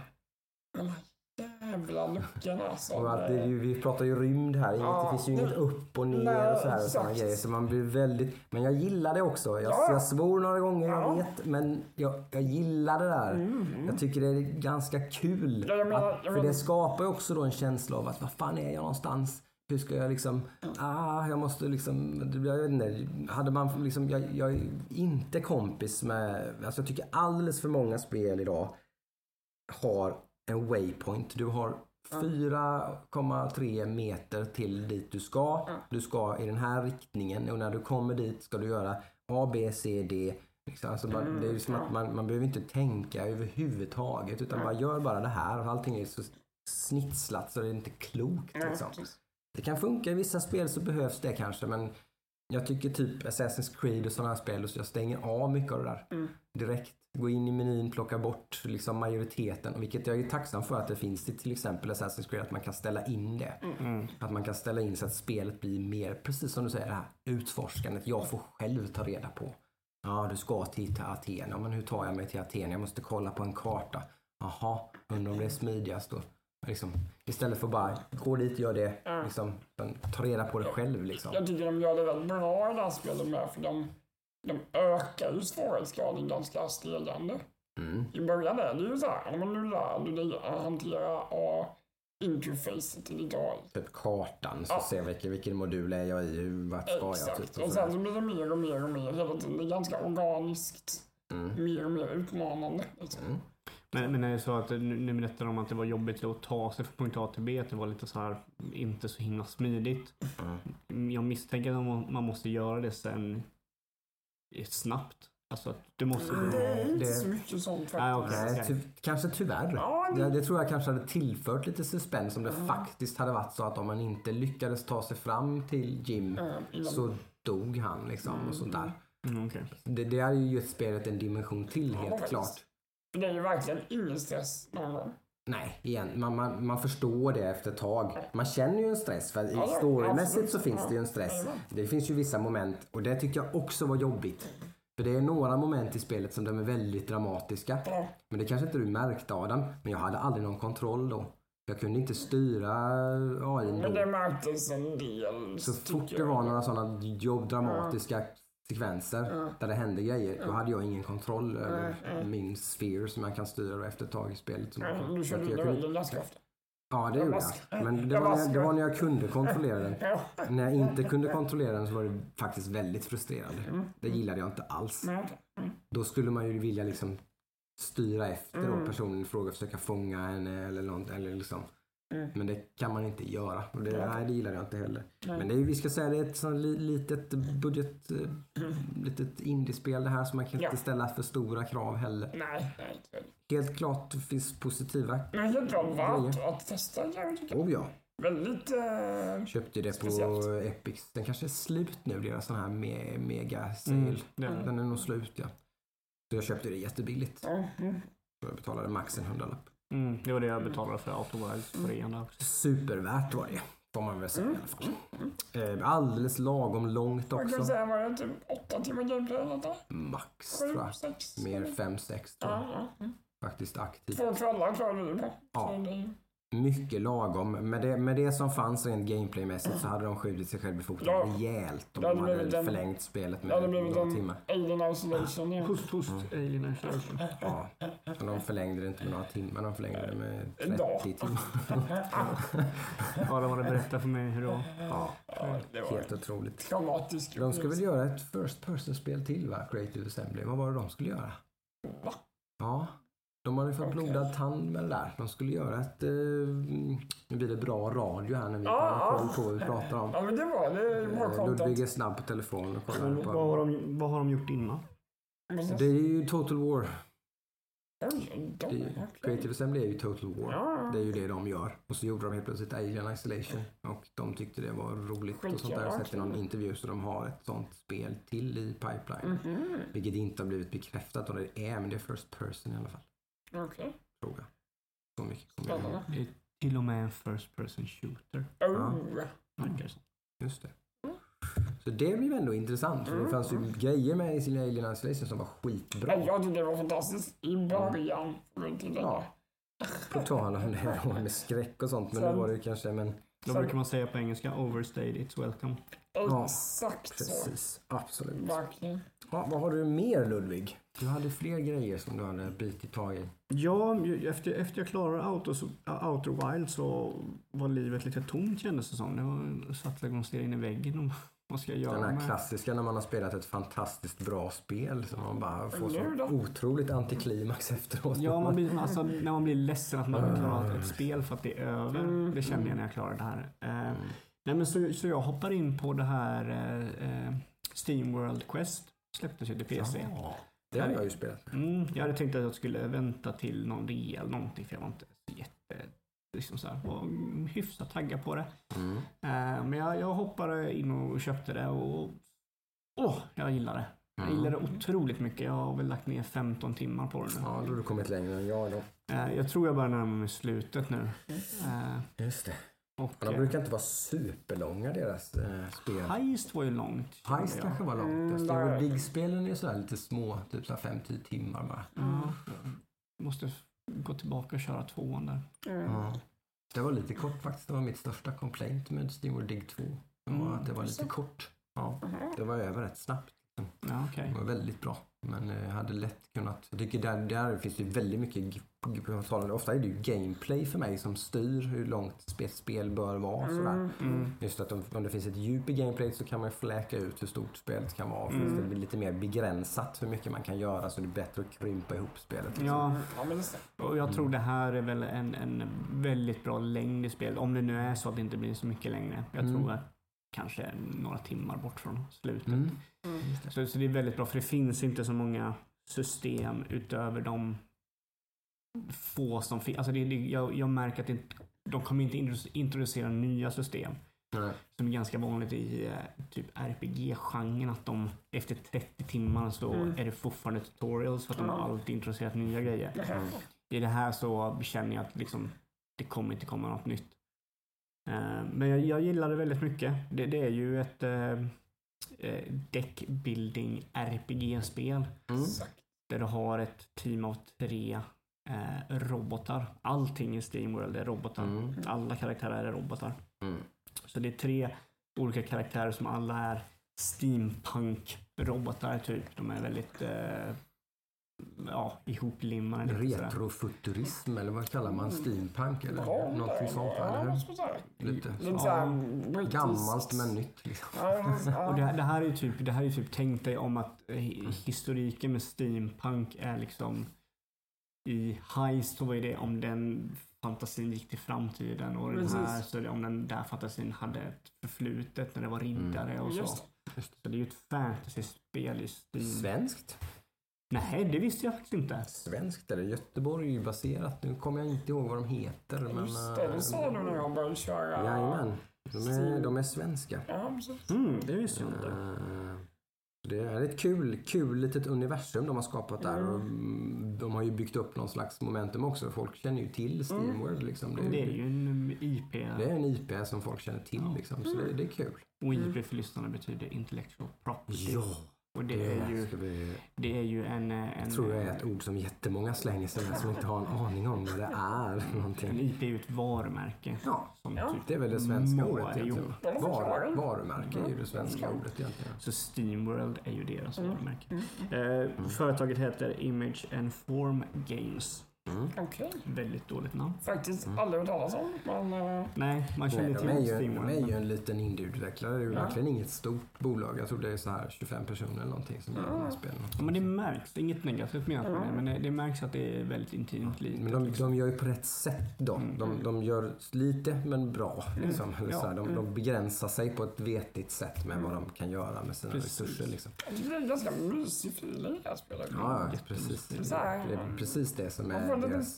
C: Jävla luckorna alltså.
B: Och vi pratar ju rymd här. Det finns ju inget upp och ner och så här och sådana grejer. Så man blir väldigt... Men jag gillar det också. Jag svor några gånger, jag vet. Men jag gillar det där. Jag tycker det är ganska kul. För det skapar ju också då en känsla av att vad fan är jag någonstans? Hur ska jag liksom... jag måste liksom... Jag vet inte. Hade man liksom... Jag är inte kompis med... Alltså jag tycker alldeles för många spel idag har en waypoint. Du har 4,3 meter till dit du ska. Du ska i den här riktningen och när du kommer dit ska du göra A, B, C, D. Alltså det är ju som att man behöver inte tänka överhuvudtaget utan man gör bara det här och allting är så snitslat så det är inte klokt. Liksom. Det kan funka i vissa spel så behövs det kanske men jag tycker typ Assassin's Creed och sådana här spel så jag stänger av mycket av det där. Direkt. Gå in i menyn, plocka bort liksom majoriteten. Vilket jag är tacksam för att det finns till exempel Assassin's Creed att man kan ställa in det. Att man kan ställa in så att spelet blir mer, precis som du säger, det här utforskandet. Jag får själv ta reda på. Ja, du ska till Aten. Ja, men hur tar jag mig till Aten? Jag måste kolla på en karta. Jaha, undrar om det är smidigast då. Liksom, istället för bara gå dit och gör det. Liksom, ta reda på det själv. Liksom.
C: Jag tycker de gör det väldigt bra i det här spelet med. För de ökar ju svårighetsgraden ganska stegande. I början är det ju så här, men nu lär du dig att hantera interfacet i ditt AI.
B: Typ kartan, så ser vilken modul är jag i, vart ska jag typ.
C: Och sen så blir det mer och mer och mer hela tiden. Det är ganska organiskt. Mer och mer utmanande. Liksom.
A: Men är det så att nu berättar de att det var jobbigt att ta sig från punkt A till B, att det var lite så här inte så himla smidigt. Jag misstänker att man måste göra det sen snabbt. Alltså att du måste...
C: Det är inte så mycket sånt faktiskt.
B: Nej, kanske tyvärr. Det tror jag kanske hade tillfört lite suspens om det faktiskt hade varit så att om man inte lyckades ta sig fram till Jim så dog han liksom och sånt där.
A: Okay.
B: Det är ju ett spelet en dimension till helt klart.
C: Det är ju verkligen ingen stress någon gång.
B: Nej, igen, man förstår det efter ett tag. Man känner ju en stress, för i storymässigt så finns det ju en stress. Det finns ju vissa moment, och det tycker jag också var jobbigt. För det är några moment i spelet som de är väldigt dramatiska. Men det kanske inte du märkte av dem. Men jag hade aldrig någon kontroll då. Jag kunde inte styra AI då.
C: Men det märktes en del.
B: Så fort det var några sådana dramatiska sekvenser där det hände grejer, då hade jag ingen kontroll över min sphere som jag kan styra efter ett tag i spelet.
C: Du körde det ganska ofta.
B: Ja, det gjorde jag. Men det var när jag kunde kontrollera den. När jag inte kunde kontrollera den så var det faktiskt väldigt frustrerande. Det gillade jag inte alls. Då skulle man ju vilja liksom styra efter då personen i fråga, försöka fånga henne eller något, eller liksom. Men det kan man inte göra. Och det gillar jag inte heller. Men det är, vi ska säga, det är ett sånt litet budget, litet indiespel det här, så man kan inte ställa för stora krav heller.
C: Nej.
B: Helt klart finns positiva.
C: Men helt klart värt att testa.
B: Oh ja.
C: väldigt
B: köpte det
C: speciellt.
B: på Epic. Den kanske är slut nu, deras sån här mega sale. Den är nog slut, ja. Så jag köpte det jättebilligt. Så jag betalade max en 100-lapp.
A: Det var det jag betalade för Outer Wilds för igen också.
B: Supervärt var det, får man väl säga i alla fall. Alldeles lagom långt också.
C: Jag kan säga, var det typ 8 timmar gameplay eller något?
B: Max, tror jag.
C: 6,
B: Mer 5-6 tror jag. Faktiskt aktivt.
C: 2 kvällar klarade vi på.
B: Ja. Mycket lagom. Med det som fanns rent gameplaymässigt så hade de skjutit sig själv i foten rejält. Och de hade förlängt spelet med några timmar.
C: Alien Isolation. Ja.
A: Host, Alien Isolation.
B: Ja, och de förlängde det inte med några timmar. De förlängde det med 30 timmar.
A: Ja, de hade berättat för mig hur det var.
B: Ja,
C: det var
B: helt otroligt.
C: dramatiskt.
B: De skulle väl göra ett first person-spel till, va? Creative Assembly. Vad var det de skulle göra?
C: Va?
B: Ja. De hade fått blodad tand med det där. De skulle göra ett... nu blir det bra radio här när vi har koll på vad vi pratar om.
C: Ja, men det var content.
B: Ludvig är snabb på telefonen och kollar på...
A: Vad har de gjort innan?
B: Det är ju Total War.
C: Okay.
B: Creative Assembly är ju Total War. Det är ju det de gör. Och så gjorde de helt plötsligt Alien Isolation. Och de tyckte det var roligt. Och sånt där. Jag har sett i någon intervju så de har ett sånt spel till i pipeline. Vilket inte har blivit bekräftat. Och det är, men det är first person i alla fall.
C: Okej.
B: Fråga. Så mycket kommer
A: det är till och med en first person shooter.
B: Just det. Så det blev ändå intressant. För det fanns ju grejer med i sin Alien Isolation som var skitbra.
C: Jag tyckte det var fantastiskt i början.
B: På tal om det här med skräck och sånt. Men det var det kanske... Men...
A: Då brukar man säga på engelska, overstayed, it's welcome.
C: Exakt så.
B: Precis, absolut.
C: Verkligen.
B: Ja, vad har du mer, Ludvig? Du hade fler grejer som du hade bitit tag i.
A: Ja, efter jag klarade Outer Wild så var livet lite tomt, kändes det som. Det var satt och stirrade in i väggen. Vad ska jag göra?
B: Den här klassiska när man har spelat ett fantastiskt bra spel så man bara får så otroligt antiklimax efteråt.
A: Ja, när man blir ledsen att man klarar ett spel för att det är över. Det kände jag när jag klarade det här. Nej, men så jag hoppar in på det här Steam World Quest. Släpptes ju till PC.
B: Ja, det har jag ju spelat.
A: Jag hade tänkt att jag skulle vänta till någon rejäl någonting för jag var inte var hyfsat taggad på det. Men jag hoppade in och köpte det och jag gillar det. Jag gillar det otroligt mycket. Jag har väl lagt ner 15 timmar på det nu.
B: Ja, då har du kommit längre än jag då.
A: Jag tror jag börjar närma mig slutet nu.
B: Just det. Och de brukar inte vara superlånga deras spel.
A: Heist var ju långt.
B: Heist kanske var långt. Big-spelen är sådär lite små, typ 5-10 timmar bara.
A: Jag måste gå tillbaka och köra 2:an där.
B: Det var lite kort faktiskt. Det var mitt största complaint med SteamWorld Dig 2. Det var lite kort. Ja, det var över rätt snabbt.
A: Ja, okay.
B: Det var väldigt bra. Men jag hade lätt kunnat... Jag tycker där finns det väldigt mycket... Ofta är det ju gameplay för mig som styr hur långt spel bör vara. Sådär. Just att om det finns ett djup i gameplay så kan man fläka ut hur stort spelet kan vara. Finns det blir lite mer begränsat hur mycket man kan göra så det är bättre att krympa ihop spelet. Liksom.
A: Ja, och jag tror det här är väl en väldigt bra längd i spelet. Om det nu är så att det inte blir så mycket längre. Jag tror att kanske några timmar bort från slutet. Så det är väldigt bra för det finns inte så många system utöver de få som finns. Alltså jag märker att de kommer inte introducera nya system. Som är ganska vanligt i typ RPG-genren att de efter 30 timmar så är det fortfarande tutorials för att de har alltid introducerat nya grejer. I det här så känner jag att liksom, det kommer inte komma något nytt. Men jag gillar det väldigt mycket. Det är ju ett deckbuilding RPG-spel. Där du har ett team av 3 robotar. Allting i SteamWorld är robotar. Alla karaktärer är robotar. Så det är 3 olika karaktärer som alla är steampunk-robotar typ. De är väldigt ihoplimmade.
B: Retrofuturism eller vad kallar man steampunk eller någonting sånt eller hur? Lite gammalt men nytt liksom.
A: Och det här är typ tänkt dig om att historiken med steampunk är liksom i Heist så var det om den fantasin gick till framtiden och den här så är det om den där fantasin hade ett förflutet när det var riddare och så. Så det är ju ett fantasyspel i Steam.
B: Svenskt?
A: Nej, det visste jag faktiskt inte.
B: Svenskt eller Göteborg-baserat. Nu kommer jag inte ihåg vad de heter. Men,
C: just det sa du när jag började köra.
B: Jajamän, de är svenska.
C: Ja, precis.
A: Det visste jag inte.
B: Det är ett kul litet universum de har skapat där. Och de har ju byggt upp någon slags momentum också. Folk känner ju till SteamWorld. Liksom.
A: Det är ju en IP.
B: Det är en IP som folk känner till. Liksom. Så det är kul.
A: Och IP för lyssnarna betyder intellectual property.
B: Ja.
A: Och det är ju en...
B: Jag tror det är ett ord som jättemånga slänger sig med som inte har en aning om vad det är. Någonting.
A: En IP är ju ett varumärke.
B: Ja,
A: som
B: typ det är väl det svenska ordet egentligen.
C: Jo.
B: Varumärke är ju det svenska ordet egentligen.
A: Så SteamWorld är ju deras varumärke. Företaget heter Image and Form Games.
C: Okej.
A: Väldigt dåligt namn.
C: Faktiskt aldrig hört talas om. Men,
A: Nej, man känner till SteamWorld.
B: De är ju en liten indieutvecklare. Det är ju verkligen inget stort bolag. Jag tror det är så här 25 personer eller någonting som gör de här spelen.
A: Ja, men det märks. Inget negativt med det. Men det märks att det är väldigt intimt litet.
B: Men de gör ju på rätt sätt då. De gör lite men bra. Liksom. Eller så här, de begränsar sig på ett vettigt sätt med vad de kan göra med sina resurser. Liksom.
C: det är ganska mysig feeling i det här spelet.
B: Ja, precis. Det är precis det som är deras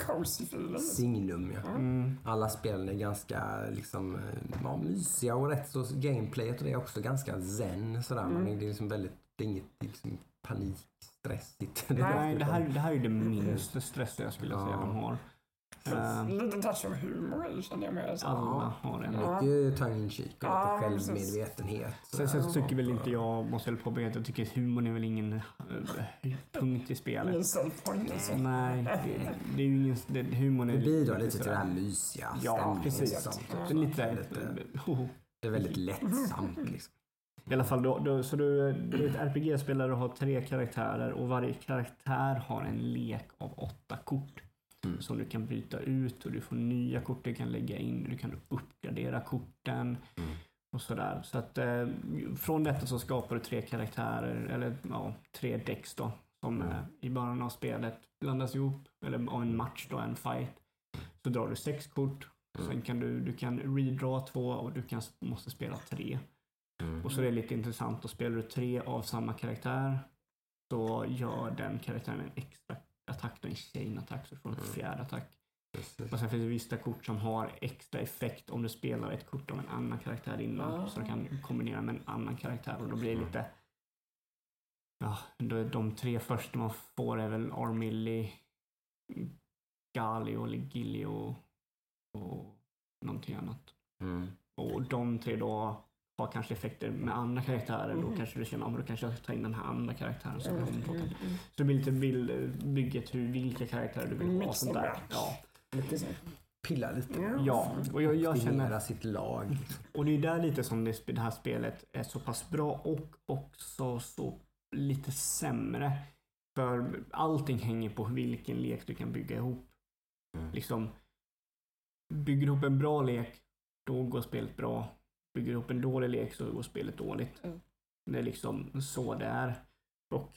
B: signum. Ja. Alla spelen är ganska liksom, mysiga och rätt så gameplayet och det är också ganska zen. Sådär. Det är liksom väldigt, det är inget liksom, panikstressigt.
A: Nej, det här är det minsta stressiga jag skulle säga de har.
C: Liten touch av humor känner jag med.
A: Alla har en.
B: Mycket tongue in cheek och lite självmedvetenhet.
A: Sen så tycker väl inte jag, måste jag påpeka, att jag tycker att humorn är väl ingen punkt i spelet. Nej, det är ju ingen... Humorn är
B: det bidrar lite till det här mysiga.
A: Ja, precis.
B: Det är väldigt lättsamt liksom.
A: I alla fall, så du är ett RPG-spelare och har 3 karaktärer och varje karaktär har en lek av 8 kort. Som du kan byta ut och du får nya kort du kan lägga in. Du kan uppgradera korten och sådär. Så att från detta så skapar du 3 karaktärer eller 3 decks då. Som i början av spelet blandas ihop. Eller av en match då, en fight. Så drar du 6 kort. Sen kan du kan redra 2 och du måste spela 3. Och så är det lite intressant. Då spelar du 3 av samma karaktär. Så gör den karaktären en extra attack, då en chain-attack, så du får en 4:e attack. Och sen finns det vissa kort som har extra effekt om du spelar ett kort av en annan karaktär innan. Så du kan kombinera med en annan karaktär och då blir det lite... Ja, de 3 första man får är väl Armilli, Galio eller Gilio och någonting annat. Och de 3 då har kanske effekter med andra karaktärer. Då kanske du känner, då kanske jag tar in den här andra karaktären. Så det blir lite bygget vilka karaktärer du vill ha. Sånt där. Ja.
B: Pilla lite.
A: Ja, och jag känner...
B: sitt lag.
A: Och det är där lite som det här spelet är så pass bra och också så lite sämre. För allting hänger på vilken lek du kan bygga ihop. Liksom, bygger du ihop en bra lek, då går spelet bra. Bygger upp en dålig lek så går spelet dåligt. Det är liksom så det är. Och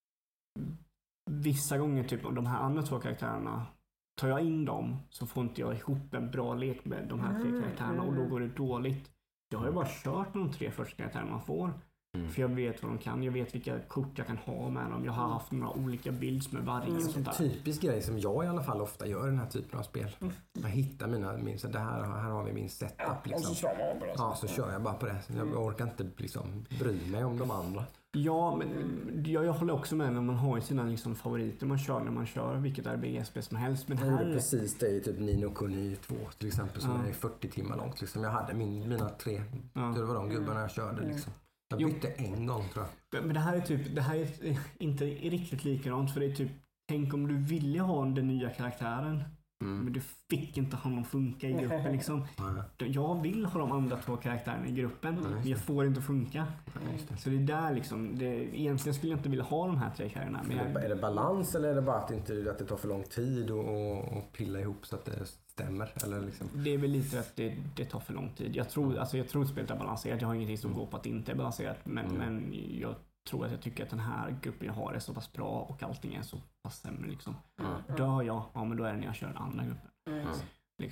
A: vissa gånger typ de här andra 2 karaktärerna, tar jag in dem så får inte jag ihop en bra lek med de här 3 karaktärerna och då går det dåligt. Jag har ju bara kört med de 3 första karaktärerna man får. För jag vet vad de kan. Jag vet vilka kort jag kan ha med dem. Jag har haft några olika builds med varje.
B: En typisk grej som jag i alla fall ofta gör i den här typen av spel. Jag hittar min så här har vi min setup. Liksom.
C: Och så kör man på det.
B: Ja, så kör jag bara på det. Jag orkar inte liksom bry mig om de andra.
A: Ja, men jag håller också med när man har sina liksom favoriter man kör när man kör vilket RPG-spel som helst. Men
B: jag gjorde precis det i typ Nino Kuni 2 till exempel som är 40 timmar långt. Liksom. Jag hade mina 3. Det var de gubbarna jag körde liksom. Jag bytte en gång tror jag.
A: Men det här är inte riktigt likadant för det är typ, tänk om du ville ha den nya karaktären men du fick inte ha någon funka i gruppen liksom. Jag vill ha de andra 2 karaktärerna i gruppen men jag får inte funka. Så det är där liksom, egentligen skulle jag inte vilja ha de här 3 karaktärerna. Men
B: är det balans eller är det bara att det tar för lång tid och pilla ihop så att det stämmer? Eller liksom?
A: Det är väl lite att det tar för lång tid. Jag tror spelet är balanserat. Jag har ingenting som går på att det inte är balanserat. Men jag tror att jag tycker att den här gruppen jag har är så pass bra och allting är så pass sämre liksom. Dör jag, men då är det när jag kör den andra gruppen. Liksom.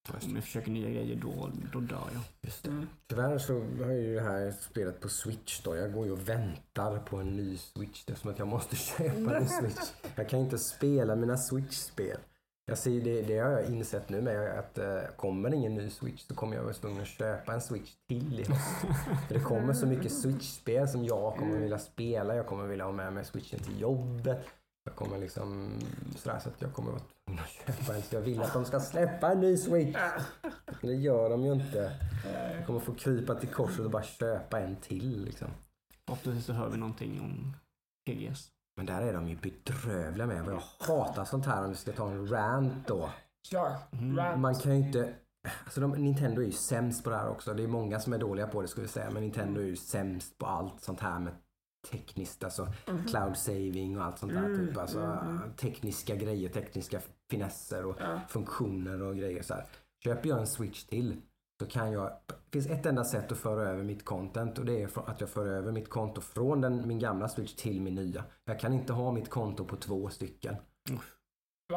A: Om jag försöker nya grejer då dör jag.
B: Just det. Tyvärr så har jag ju det här spelet på Switch då. Jag går ju och väntar på en ny Switch. Det är som att jag måste köpa en Switch. Jag kan inte spela mina Switch-spel. Jag ser det har jag insett nu med att kommer ingen ny Switch så kommer jag vara tvungen att köpa en Switch till i höst. För det kommer så mycket Switch-spel som jag kommer vilja spela. Jag kommer vilja ha med mig Switchen till jobbet. Jag kommer liksom sådär så att jag kommer att köpa en. Så jag vill att de ska släppa en ny Switch. Men det gör de ju inte. Jag kommer få krypa till korset och bara köpa en till liksom.
A: Förhoppningsvis så hör vi någonting om PGS.
B: Men där är de ju bedrövliga med. Jag hatar sånt här om vi ska ta en rant då.
C: Ja, rant.
B: Man kan ju inte... Alltså Nintendo är ju sämst på det här också. Det är många som är dåliga på det skulle jag säga. Men Nintendo är ju sämst på allt sånt här med tekniskt. Alltså cloud saving och allt sånt där. Typ. Alltså tekniska grejer, tekniska finesser och funktioner och grejer så här. Köper jag en Switch till så kan jag... Det finns ett enda sätt att föra över mitt content och det är att jag för över mitt konto från min gamla Switch till min nya. Jag kan inte ha mitt konto på 2 stycken.
C: Va?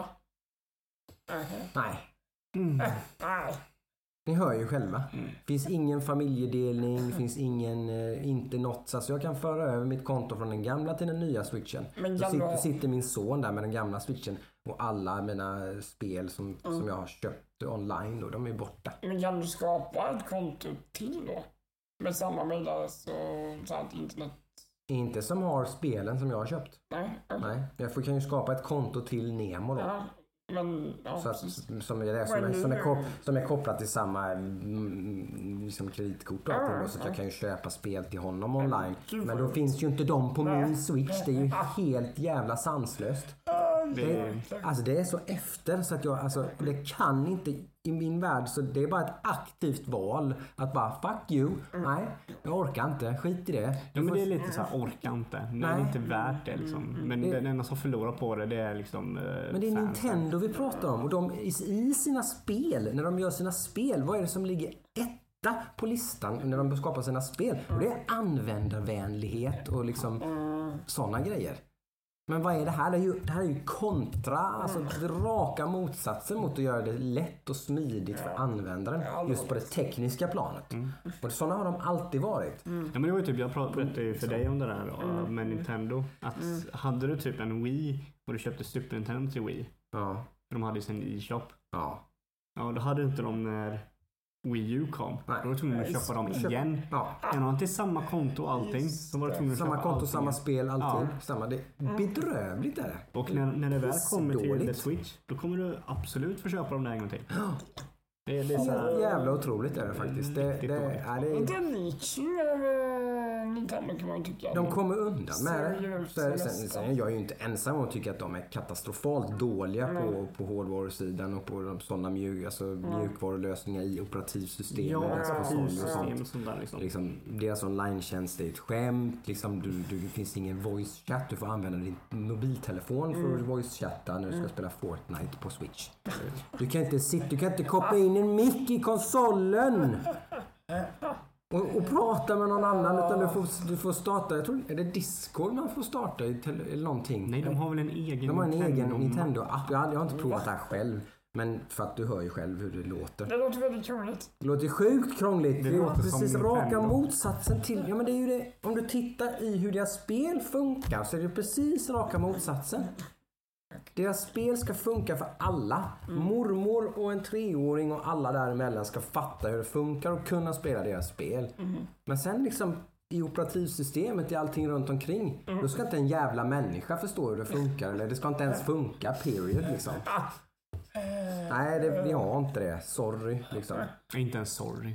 B: Nej.
C: Nej.
B: Ni hör ju själva. Finns ingen familjedelning, finns inte något. Så jag kan föra över mitt konto från den gamla till den nya Switchen.
C: Men
B: då sitter min son där med den gamla Switchen och alla mina spel som jag har köpt online då, de är borta.
C: Men kan du skapa ett konto till då? Med samma mejladress och sånt internet?
B: Inte som har spelen som jag har köpt.
C: Nej. Okay.
B: Nej, jag kan ju skapa ett konto till Nemo då.
C: Ja. Men,
B: så att, som är kopplat till samma liksom kreditkort och allting då, så att jag kan ju köpa spel till honom online. Men då finns ju inte de på min Switch. Det är ju helt jävla sanslöst. Det är så efter så att det kan inte i min värld, så det är bara ett aktivt val att bara fuck you, nej jag orkar inte, skit i det.
A: Ja, men det är lite så här, orkar inte, det är inte värt det liksom. Men den enda som förlorar på det är liksom
B: men det är Nintendo vi pratar om och de i sina spel, när de gör sina spel, vad är det som ligger etta på listan när de skapar sina spel? Och det är användarvänlighet och liksom sådana grejer. Men vad är det här? Det här är ju kontra, alltså raka motsatsen mot att göra det lätt och smidigt för användaren just på det tekniska planet. Och sådana har de alltid varit.
A: Ja, men det var ju typ, jag berättade ju för dig om det där med Nintendo. Att hade du typ en Wii och du köpte Super Nintendo till Wii.
B: Ja.
A: De hade ju sin e-shop.
B: Ja.
A: Ja, då hade inte de när Wii U kom. Då var du tvungen att köpa dem igen.
B: Ja.
A: Jag har inte samma konto och allting. Så var du tvungen att
B: samma
A: köpa
B: konto,
A: allting.
B: Samma spel, allting. Samma. Det bedrövligt är det.
A: Och när det väl kommer till The Switch, då kommer du absolut få köpa dem där en gång till. Det är så här,
B: jävla otroligt är det faktiskt. Det
C: är nichen av Nintendo kan man tycka.
B: De kommer undan med det. Sen jag är ju inte ensam om att tycka att de är katastrofalt dåliga på hårdvarusidan och på sådana mjukvarulösningar i operativsystem. Liksom, deras online-tjänst är ett skämt. Liksom, det finns ingen voice-chat. Du får använda din mobiltelefon för att voice-chatta när du ska spela Fortnite på Switch. Du kan inte koppla in en mick i konsolen och prata med någon annan, utan du får starta, jag tror, är det Discord man får starta eller någonting?
A: Nej, de har väl en egen
B: Nintendo-app. Jag har inte provat det här själv, men för att du hör ju själv hur det låter.
C: Det låter väldigt krångligt.
B: Det låter sjukt krångligt. Det är precis raka motsatsen till, ja men det är ju det, om du tittar i hur deras spel funkar så är det precis raka motsatsen. Deras spel ska funka för alla. Mormor och en 3-åring och alla däremellan ska fatta hur det funkar och kunna spela deras spel. Men sen liksom i operativsystemet, i allting runt omkring, då ska inte en jävla människa förstå hur det funkar. Eller det ska inte ens funka, period liksom. Nej, vi har inte det. Sorry liksom.
A: Inte ens sorry.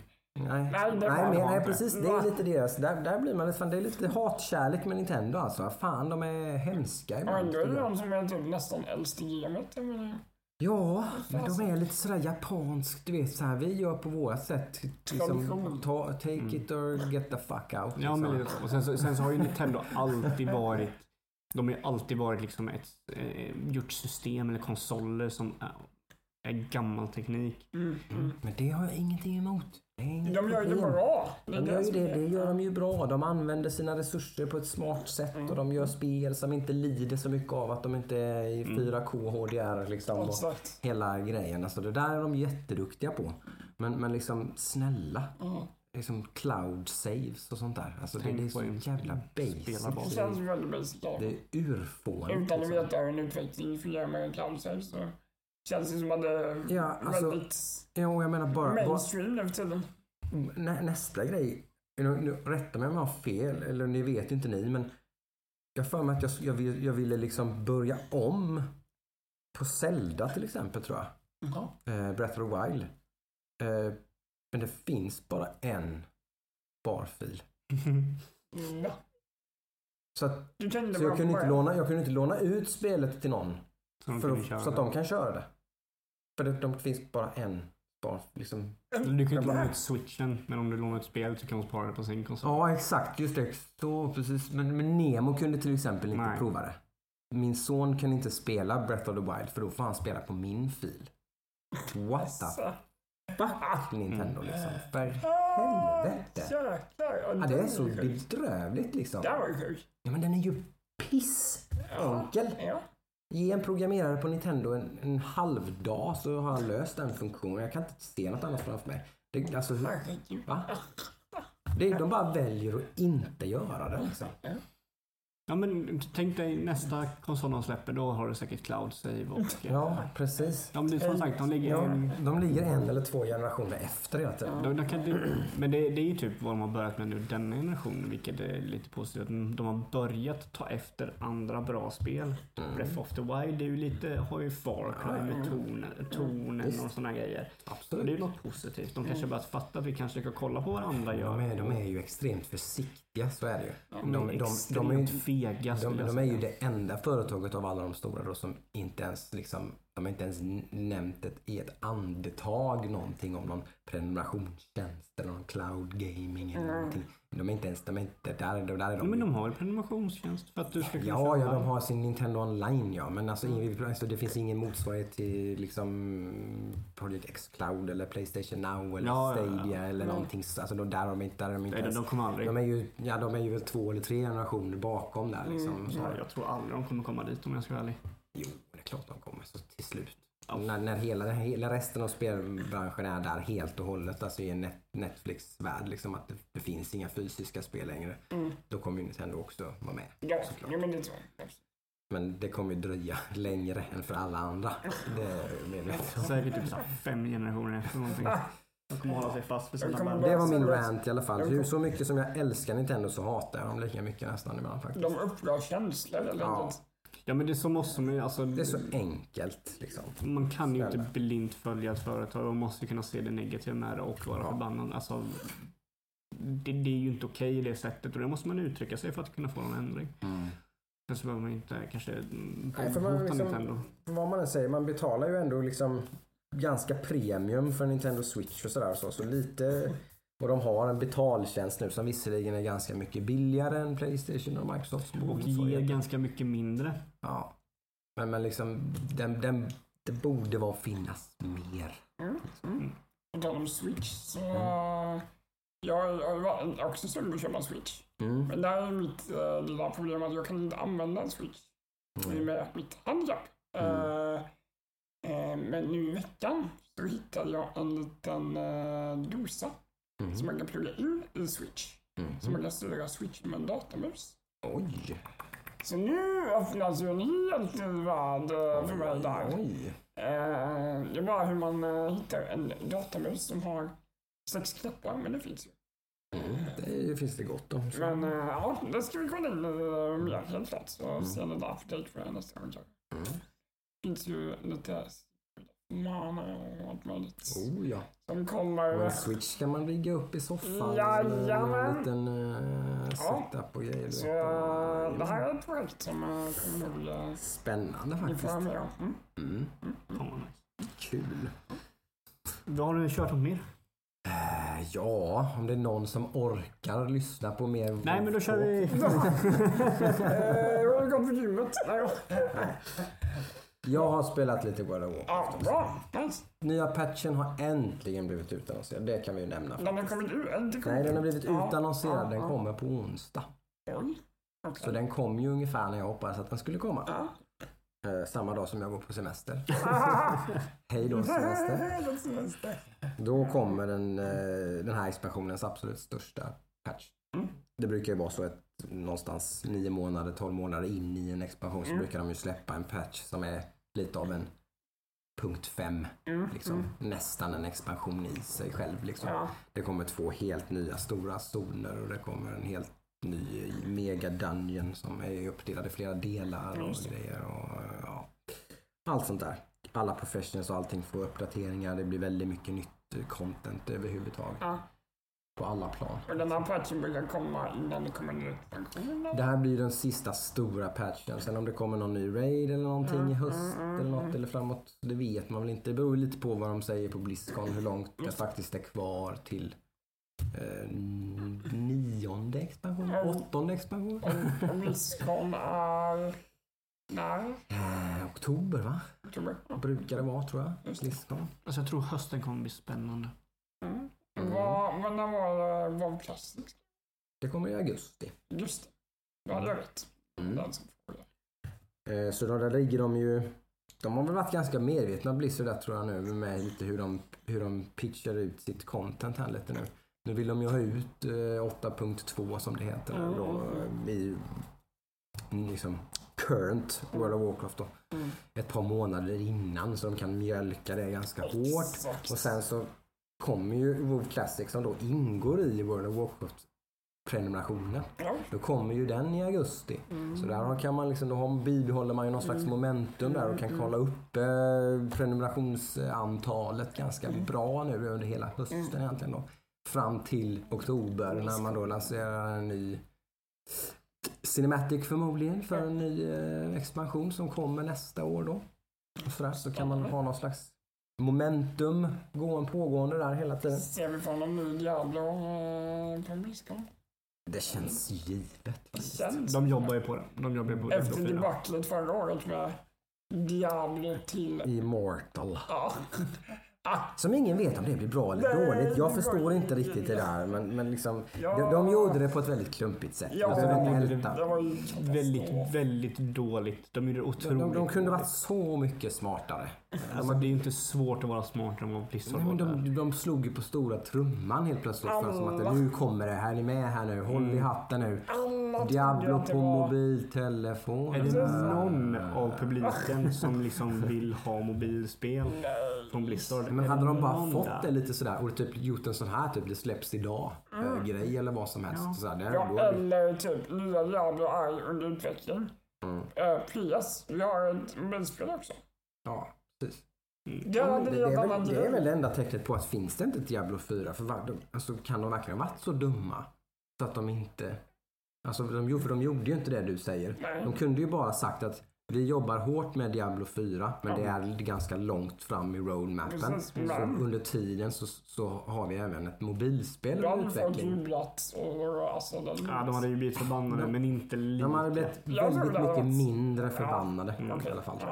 B: Nej, precis. Det är lite deras. Där blir man det är lite hatkärlek med Nintendo alltså. Fan, de är hemska ibland.
C: Ja, det är de som är typ nästan äldst i gamet.
B: Ja, men de är lite sådär japanskt, du vet så här, vi gör på våra sätt liksom, take it or get the fuck out.
A: Ja, men och sen så har ju Nintendo alltid varit, de har ju alltid varit liksom gjort system eller konsoler som är gammal teknik.
B: Men det har jag ingenting emot.
C: De gör det bra.
B: Det gör de ju bra. De använder sina resurser på ett smart sätt och de gör spel som inte lider så mycket av att de inte är i 4K HDR liksom, och hela grejen. Alltså, det där är de jätteduktiga på. Men liksom snälla. Liksom cloud saves och sånt där. Alltså det är så jävla basic.
C: Det känns väldigt basic.
B: Det är urfånigt.
C: Utan att veta hur en utveckling fungerar med cloud saves så känns det som att det är väldigt
B: jag menar bara
C: mainstream nu för tiden.
B: Nästa grej, nu rätta mig om jag har fel, eller ni vet inte ni, men jag för mig att jag ville liksom börja om på Zelda till exempel, tror jag. Breath of the Wild. Men det finns bara en barfil. Så jag kunde inte låna ut spelet till någon så att de kan köra det. För de finns bara en bar. Liksom.
A: Du kan inte låna ut switchen, men om du lånar ut spel så kan du spara det på sin konsol.
B: Ja, exakt. Just det. Så, precis. Men Nemo kunde till exempel inte prova det. Min son kan inte spela Breath of the Wild för då får han spela på min fil. What the fuck, Nintendo liksom. För helvete. Ja, det är så bedrövligt liksom. Ja, men den är ju pissenkel. Ge en programmerare på Nintendo en halv dag så har han löst den funktionen. Jag kan inte se något annat framför mig. Alltså, va? De bara väljer att inte göra det liksom.
A: Ja, men tänk dig nästa konsol de släpper, då har du säkert cloud save och...
B: Ja, precis.
A: Ja, men det är som sagt, de
B: ligger en eller två generationer efter hela tiden.
A: Men det är ju typ vad de har börjat med nu, den generationen, vilket är lite positivt. De har börjat ta efter andra bra spel. Breath of the Wild är ju lite, har ju Far Cry med tonen och sådana grejer.
B: Absolut.
A: Det är ju något positivt. De kanske börjat fatta att vi kanske ska kolla på vad andra gör.
B: De är ju extremt försiktiga, så är det ju.
A: De
B: är ju det enda företaget av alla de stora då som inte ens liksom, de har inte ens nämnt i ett andetag någonting om någon prenumerationstjänst eller någon cloud gaming eller någonting. De är inte där.
A: Men de har en prenumerationstjänst för att du ska kunna
B: Ja, de har sin Nintendo Online, ja. Men alltså, det finns ingen motsvarighet till liksom Project X Cloud eller PlayStation Now eller Stadia eller någonting. Alltså där har de inte ens,
A: de kommer aldrig.
B: De är ju väl 2 eller 3 generationer bakom där liksom.
A: Jag tror aldrig de kommer komma dit om jag ska vara ärlig.
B: Jo, det är klart de kommer så till slut. Ja. När hela resten av spelbranschen är där helt och hållet, alltså i en Netflix-värld liksom, att det finns inga fysiska spel längre, då kommer ju Nintendo också vara med.
C: Ja, men det tror jag.
B: Men det kommer ju dröja längre än för alla andra. Det är
A: säkert typ 5 generationer efter någonting. De kommer hålla sig fast för sina
B: Det var min rant i alla fall. Så mycket som jag älskar Nintendo så hatar jag dem lika mycket nästan ibland faktiskt.
C: De uppdrar känslor eller något.
A: Ja, men det är så måste man ju, alltså,
B: det är så enkelt liksom.
A: Man kan ju inte blint följa ett företag och måste kunna se det negativa med det och vara förbannad. Alltså, det är ju inte okej i det sättet och det måste man uttrycka sig för att kunna få en ändring. Så behöver man inte kanske hota Nintendo.
B: Vad man än säger, man betalar ju ändå liksom ganska premium för Nintendo Switch och sådär. Så lite. Och de har en betaltjänst nu som visserligen är ganska mycket billigare än PlayStation och Microsoft.
A: Och ger ganska mycket mindre.
B: Ja. Men liksom, det borde finnas mer.
C: På tal om Switch så... Jag var också sugen att köpa Switch. Men där är mitt lilla problem att jag kan inte använda en Switch. Med mitt handikapp. Men nu i veckan så hittade jag en liten dosa. Som man kan plugga in i Switch. Så man kan styra Switch med en datamus.
B: Oj!
C: Så nu öppnas ju en helt ny värld för mig där. Det är bara hur man hittar en datamus som har 6 knappar, men det finns ju.
B: Det finns det gott om.
C: Men ja, det ska vi kolla in mer helt klart. Så ser ni där för dig för nästa gång. Det finns ju lite... och allt möjligt.
B: Ja.
C: Som kommer...
B: Och en Switch kan man rigga upp i soffan.
C: Jajamän.
B: En liten setup och grejer.
C: Så det här är ett projekt som kommer nog...
B: Spännande faktiskt. Kul.
A: Har du kört något mer?
B: Ja, om det är någon som orkar lyssna på mer...
A: Nej, men då kör vi...
C: Jag har gått på gymmet.
B: Jag har spelat lite World of Warcraft.
C: Bra. Nice.
B: Nya patchen har äntligen blivit utannonserad. Det kan vi ju nämna.
C: Den har kommit ut?
B: Nej, den har blivit utannonserad. Den kommer på onsdag.
C: Okay.
B: Så den kom ju ungefär när jag hoppades att den skulle komma. Samma dag som jag går på semester. Hej då semester. Då kommer den här expansionens absolut största patch. Det brukar ju vara så att någonstans 9 månader, 12 månader in i en expansion så brukar de ju släppa en patch som är lite av en punkt 5. Liksom. Nästan en expansion i sig själv. Liksom. Det kommer 2 helt nya stora zoner och det kommer en helt ny mega dungeon som är uppdelad i flera delar och grejer och allt sånt där. Alla professionals och allting får uppdateringar. Det blir väldigt mycket nytt content överhuvudtaget. På alla plan.
C: Och den här patchen brukar komma innan det kommer en ny expansion?
B: Det här blir den sista stora patchen. Sen om det kommer någon ny raid eller någonting i höst eller något eller framåt, det vet man väl inte. Det beror lite på vad de säger på BlizzCon, hur långt det faktiskt är kvar till 9:e expansion, 8:e expansion.
C: Och BlizzCon är när?
B: Oktober va?
C: Oktober.
B: Brukar det vara tror jag. BlizzCon.
A: Alltså jag tror hösten kommer bli spännande.
C: Vad var WoW Classic?
B: Det kommer i augusti.
C: Just det. Ja, det är rätt.
B: Så då där ligger de ju. De har väl varit ganska medvetna Blizzard där tror jag nu med lite hur de pitchar ut sitt content här lite nu. Nu vill de ju ha ut 8.2 som det heter då, i liksom current World of Warcraft då. Ett par månader innan så de kan mjölka det ganska hårt. Och sen så kommer ju WoW Classic som då ingår i World of Warcraft prenumerationen. Då kommer ju den i augusti. Så där kan man liksom, då bibehåller man ju någon slags momentum där och kan kolla upp prenumerationsantalet ganska bra nu under hela hösten egentligen då. Fram till oktober när man då lanserar en ny Cinematic förmodligen för en ny expansion som kommer nästa år då. Och så kan man ha någon slags momentum pågående där hela tiden.
C: Ser vi från någon ny Diablo på BlizzCon?
B: Det känns givet.
A: De jobbar ju på det.
C: Efter debaclet förra året med Diablo till
B: Immortal.
C: Ja.
B: Som ingen vet om det blir bra eller dåligt. Jag förstår inte riktigt det där. Men liksom, de gjorde det på ett väldigt klumpigt sätt.
C: Ja,
B: alltså,
C: det var ju
A: väldigt dåligt. De gjorde det otroligt.
B: De kunde varit så mycket smartare.
A: Alltså, det är inte svårt att vara smartare än vad Blizzard var.
B: De slog ju på stora trumman helt plötsligt. För som att nu kommer det. Här är ni med här nu. Håll i hatten nu. Diablo på mobiltelefon.
A: Är det någon av publiken som liksom vill ha mobilspel från Blizzard?
B: Men hade de bara fått det lite sådär och typ gjort en sån här typ det släpps idag grej eller vad som helst. Sådär,
C: eller typ nya Diablo är under utveckling. PS, vi har ett mobilspel också.
B: Ja, precis.
C: Det är
B: väl det enda tecknet på att finns det inte ett Diablo 4 alltså, kan de verkligen varit så dumma så att de inte alltså de gjorde ju inte det du säger.
C: Nej.
B: De kunde ju bara sagt att vi jobbar hårt med Diablo 4 men det är ganska långt fram i roadmappen. Så under tiden så har vi även ett mobilspel i utveckling.
A: De hade ju blivit förbannade men inte lika.
B: De hade blivit väldigt mycket mindre förbannade i alla fall.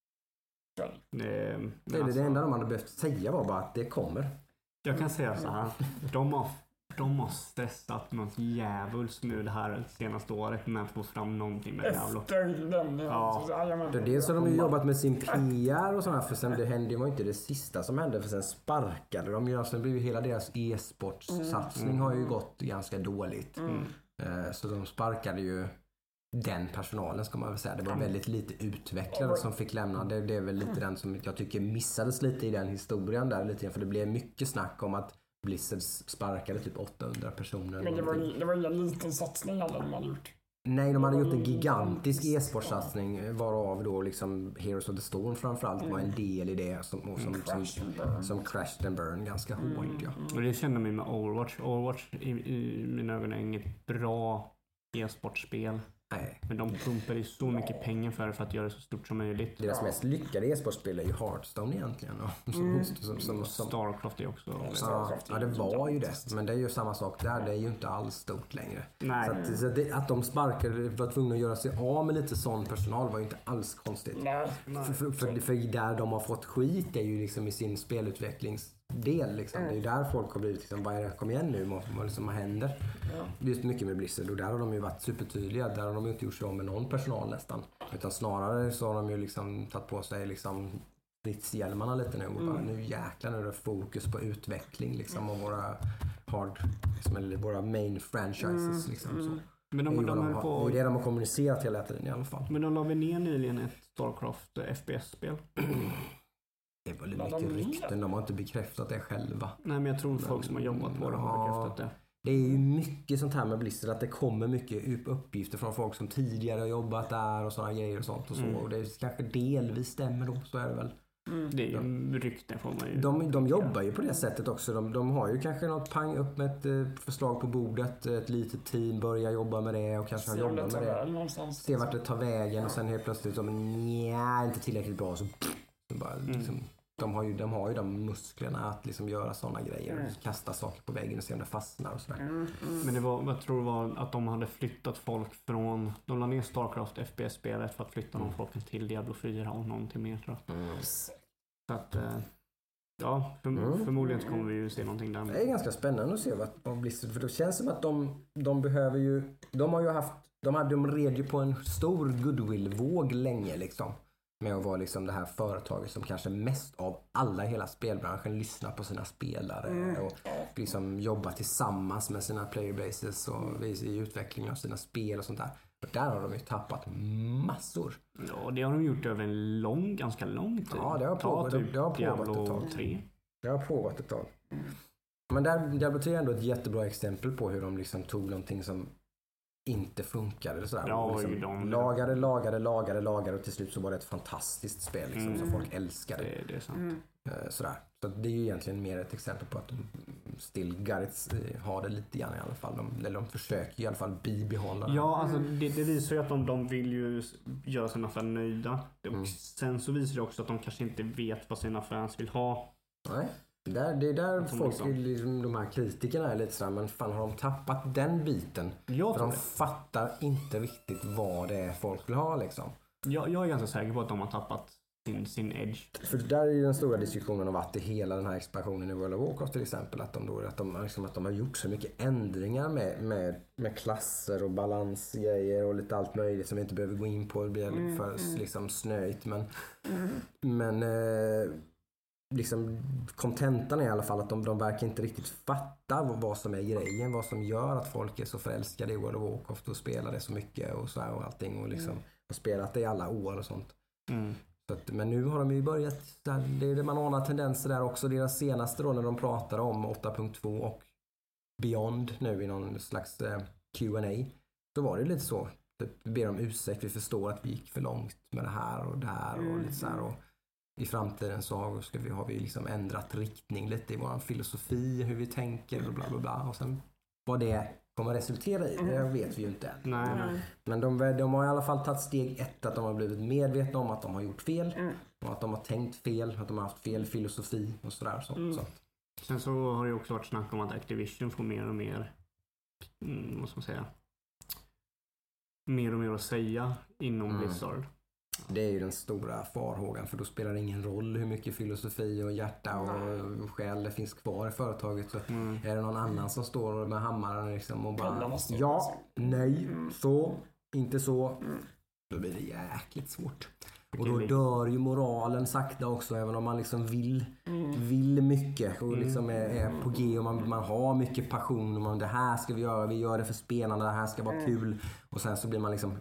B: Det enda de hade behövt säga var bara att det kommer.
A: Jag kan säga så här. De har stressat något djävulskt nu det här senaste året med att få fram någonting med Diablo.
B: Dels har de ju jobbat med sin PR och sådär, för sen det var inte det sista som hände, för sen sparkade de ju, sen blev ju hela deras e-sportsatsning har ju gått ganska dåligt. Så de sparkade ju den personalen ska man väl säga. Det var väldigt lite utvecklare som fick lämna. Det är väl lite den som jag tycker missades lite i den historien där lite, för det blev mycket snack om att Blizzard sparkade typ 800 personer.
C: Men det var ingen liten satsning alla de hade gjort.
B: Nej, de hade gjort en gigantisk e-sportsatsning varav då liksom Heroes of the Storm framförallt var en del i det som crashed and burn ganska hårt. Ja.
A: Och det kände mig med Overwatch. Overwatch i mina ögon är inget bra e-sportspel.
B: Nej.
A: Men de pumpar ju så mycket pengar för att göra det så stort som möjligt.
B: Deras mest lyckade e-sportspel är ju Hearthstone egentligen. Som
A: Starcraft är också.
B: Ja, det var ju det. Men det är ju samma sak där. Det är ju inte alls stort längre.
A: Nej.
B: Så att de sparkade, var tvungna att göra sig av med lite sån personal var ju inte alls konstigt.
C: Nej.
B: För där de har fått skit är ju liksom i sin spelutvecklingdel. Liksom. Det är ju där folk har blivit liksom, kom igen nu, vad händer? Just mycket med Blizzard och där har de ju varit supertydliga. Där har de ju inte gjort sig om med någon personal nästan. Utan snarare så har de ju liksom tagit på sig liksom stridshjälmarna lite nu och bara, nu jäklar nu är det fokus på utveckling liksom av våra våra main franchises liksom. Så.
A: Men det
B: är det de har kommunicerat hela tiden i alla fall.
A: Men de la väl ner nyligen ett Starcraft FPS-spel.
B: Det var lite mycket rykten, de har inte bekräftat det själva.
A: Nej, men jag tror folk som har jobbat på det har bekräftat det.
B: Det är ju mycket sånt här med Blizzard, att det kommer mycket uppgifter från folk som tidigare har jobbat där och sådana grejer och sånt och så. Och det kanske delvis stämmer då, så är det väl.
A: Det är ju rykten får man ju.
B: De jobbar ju på det sättet också. De har ju kanske något pang upp med ett förslag på bordet. Ett litet team börjar jobba med det och kanske jobbar med det. Se vart det tar vägen och sen helt plötsligt så inte tillräckligt bra så bara liksom, de har ju de musklerna att liksom göra sådana grejer. Kasta saker på väggen och se om det fastnar och sådär.
A: Men det var, jag tror det var att de hade flyttat folk från, de la ner Starcraft FPS-spelet för att flytta någon folk till Diablo 4 och någonting mer tror jag. Så att förmodligen så kommer vi ju se någonting där.
B: Det är ganska spännande att se vad Blizzard, för det känns som att de behöver ju, de har ju haft, de red ju på en stor goodwill-våg länge liksom. Med att vara liksom det här företaget som kanske mest av alla i hela spelbranschen lyssnar på sina spelare och liksom jobbar tillsammans med sina playerbases och i utvecklingen av sina spel och sånt där. Och där har de ju tappat massor.
A: Ja, det har de gjort över en ganska lång tid.
B: Ja, det har pågått ett tag.
A: 3.
B: Det har pågått ett tag. Men Diablo 3 är ändå ett jättebra exempel på hur de liksom tog någonting som inte funkade eller sådär.
A: Ja,
B: liksom lagade och till slut så var det ett fantastiskt spel liksom, som folk älskade.
A: Det är sant.
B: Sådär. Så det är ju egentligen mer ett exempel på att de Garrett har det lite grann i alla fall. De försöker i alla fall bibehålla det.
A: Ja, alltså det visar ju att de vill ju göra sina fans nöjda. Och sen så visar det också att de kanske inte vet vad sina fans vill ha.
B: Nej. Det är där folk, liksom, de här kritikerna är lite sådär, men fan har de tappat den biten? För de fattar inte riktigt vad det är folk vill ha liksom.
A: Jag är ganska säker på att de har tappat sin edge.
B: För där är ju den stora diskussionen har varit i hela den här expansionen i World of Warcraft till exempel, att de har gjort så mycket ändringar med klasser och balansgrejer och lite allt möjligt som vi inte behöver gå in på. Det blir för liksom snöigt, men liksom kontentan är i alla fall att de verkar inte riktigt fatta vad som är grejen, vad som gör att folk är så förälskade i World of Warcraft och spelar det så mycket och så här och allting och liksom har spelat det i alla år och sånt. Så att, men nu har de ju börjat, det är det man anar tendenser där också. Deras senaste då när de pratar om 8.2 och Beyond nu i någon slags Q&A, så var det lite så. Vi ber om ursäkt, vi förstår att vi gick för långt med det här och där och lite så här, och i framtiden så har vi liksom ändrat riktning lite i vår filosofi, hur vi tänker och bla bla bla. Och sen vad det kommer resultera i, det vet vi ju inte än.
A: Nej.
B: Men de har i alla fall tagit steg 1, att de har blivit medvetna om att de har gjort fel och att de har tänkt fel, att de har haft fel filosofi och sådär. Så.
A: Sen så har det också varit snack om att Activision får mer och mer vad ska man säga, mer och mer att säga inom Blizzard.
B: Det är ju den stora farhågan, för då spelar det ingen roll hur mycket filosofi och hjärta och själ det finns kvar i företaget. Så är det någon annan som står med hammaren liksom och bara så, inte så. Då blir det jäkligt svårt. Och då dör ju moralen sakta också, även om man liksom vill mycket och liksom är på G och man har mycket passion och det här ska vi gör det för spelarna, det här ska vara kul. Och sen så blir man liksom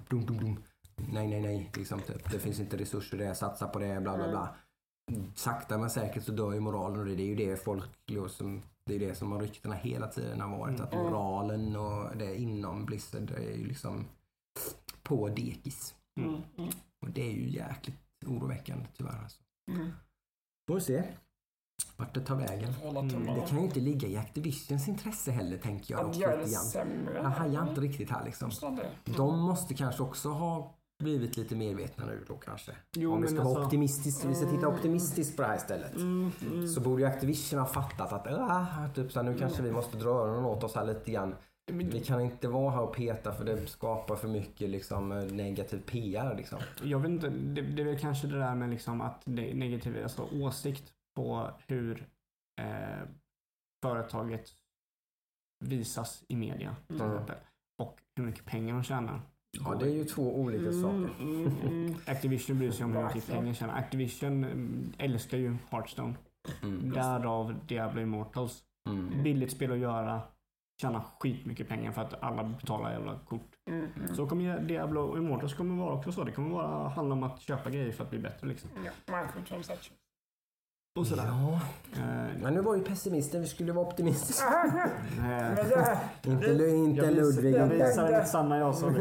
B: nej, liksom, det finns inte resurser där, satsa på det, bla bla bla. Sakta men säkert så dör ju moralen, och det är ju det folk liksom, det är det som har ryktena hela tiden har varit, att moralen och det inom Blizzard är ju liksom på dekis. Och det är ju jäkligt oroväckande tyvärr alltså. Får vi se. vart det tar vägen. Det kan ju inte ligga i Activisions intresse heller, tänker jag. Jag hajar inte riktigt här liksom. De måste kanske också ha blivit lite medvetna nu då kanske. Om vi ska vara optimistiskt, vi ska titta optimistiskt på det här istället. Så borde ju Activision ha fattat att typ så här, nu kanske vi måste dra öronen åt oss här lite grann. Vi kan inte vara här och peta för det skapar för mycket liksom, negativ PR liksom.
A: Jag vet inte, det är väl kanske det där med liksom att det är negativ åsikt på hur företaget visas i media till exempel. Och hur mycket pengar de tjänar.
B: Ja, det är ju två olika saker.
A: Activision bryr sig om hur mycket pengar tjänar. Activision älskar ju Hearthstone. Därav Diablo Immortals. Billigt spel att göra. Tjäna skitmycket pengar för att alla betalar jävla kort. Så kommer Diablo Immortals kommer vara också så. Det kommer vara handla om att köpa grejer för att bli bättre liksom.
C: Microtransactions.
A: Och sådär.
B: Ja. Men nu var ju pessimisten, vi skulle vara optimistiska. Inte Ludvig.
A: Jag visar det sanna jag sa.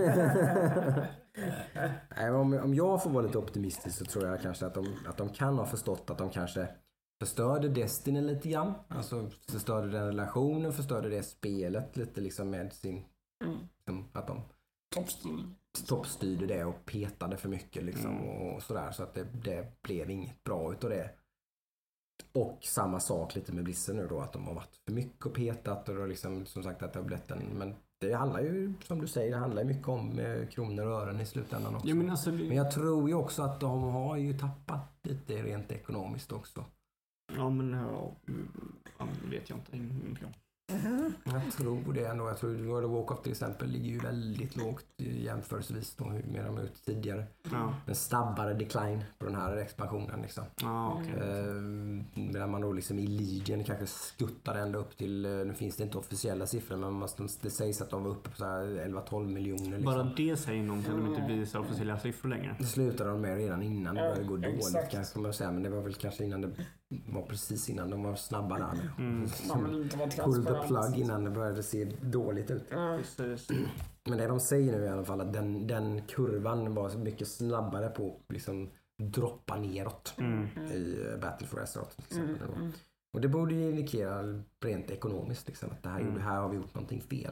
B: Om jag får vara lite optimistisk så tror jag kanske att de kan ha förstått att de kanske förstörde Destiny lite grann. Alltså förstörde den relationen, förstörde det spelet lite liksom med sin... Att de toppstyrde det och petade för mycket liksom och sådär. Så att det blev inget bra utav det. Och samma sak lite med Blizzard nu då, att de har varit för mycket och petat och liksom, som sagt att det har blivit men det handlar ju, som du säger, det handlar ju mycket om kronor och ören i slutändan också.
A: Ja, men
B: jag tror ju också att de har ju tappat lite rent ekonomiskt också.
A: Ja, men det vet jag inte.
B: Jag tror det ändå. Jag tror World of Warcraft till exempel ligger ju väldigt lågt jämförelsevis då med de ut tidigare. Ja. En snabbare decline på den här expansionen liksom. Medan man då liksom i Legion kanske skuttar ända upp till, nu finns det inte officiella siffror men det sägs att de var uppe på så här 11-12 miljoner liksom.
A: Bara det säger någonting att de inte visar officiella siffror längre.
B: Det slutade de med redan innan det började gå dåligt kanske man säga, men det var väl kanske innan det var precis innan de var snabba där. Pull the plug innan det började se dåligt ut. Men det de säger nu i alla fall att den kurvan var mycket snabbare på liksom droppa neråt i Battle for Azeroth till exempel. Och det borde ju indikera rent ekonomiskt liksom, att det här har vi gjort någonting fel.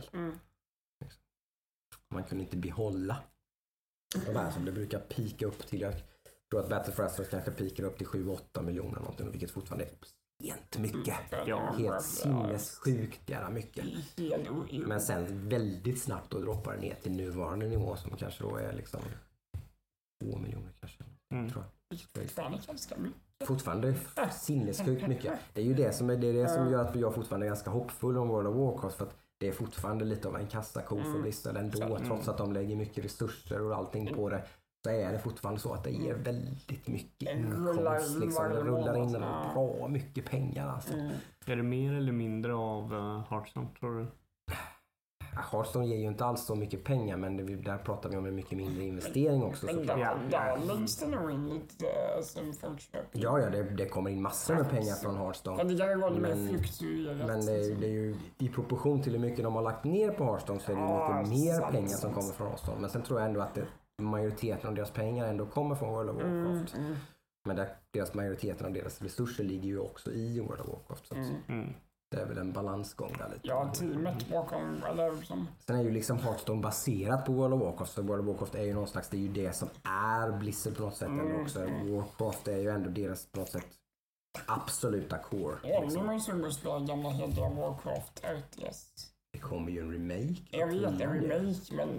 B: Man kunde inte behålla de här som det brukar pika upp till. Jag tror att Battle for Azeroth kanske pikar upp till 7-8 miljoner någonting, vilket fortfarande är inte mycket. Helt sinnessjukt jävla mycket. Men sen väldigt snabbt då droppar det ner till nuvarande nivå som kanske då är liksom 2 miljoner kanske. Tror jag. Fortfarande sinnessjukt mycket. Det är ju det som gör att jag fortfarande är ganska hoppfull om World of Warcraft, för att det är fortfarande lite av en kassako för Blizzard ändå, trots att de lägger mycket resurser och allting på det. Så är det fortfarande så att det ger väldigt mycket inkomst. Liksom. Det rullar in bra mycket pengar. Alltså.
A: Är det mer eller mindre av Hearthstone, tror du?
B: Hearthstone ger ju inte alls så mycket pengar, men där pratar vi om en mycket mindre investering också.
C: Där läggs det nog in lite som folk köper.
B: Ja, det kommer in massor med pengar från Hearthstone.
C: Men det kan ju vara lite fluktuerat.
B: Men det är ju i proportion till hur mycket de har lagt ner på Hearthstone så är det mycket mer pengar som kommer från Hearthstone. Men sen tror jag ändå att majoriteten av deras pengar ändå kommer från World of Warcraft. Men majoriteten av deras resurser ligger ju också i World of Warcraft. Så det är väl en balansgång där lite.
C: Ja, teamet bakom.
B: Sen är ju liksom Hearthstone baserat på World of Warcraft. Så World of Warcraft är ju någon slags, det är ju det som är Blizzard på något sätt ändå också. Warcraft är ju ändå deras på något sätt absoluta core.
C: Ja, nu måste vi spela gamla hela Warcraft RTS.
B: Det kommer ju en remake.
C: Jag vet en remake, men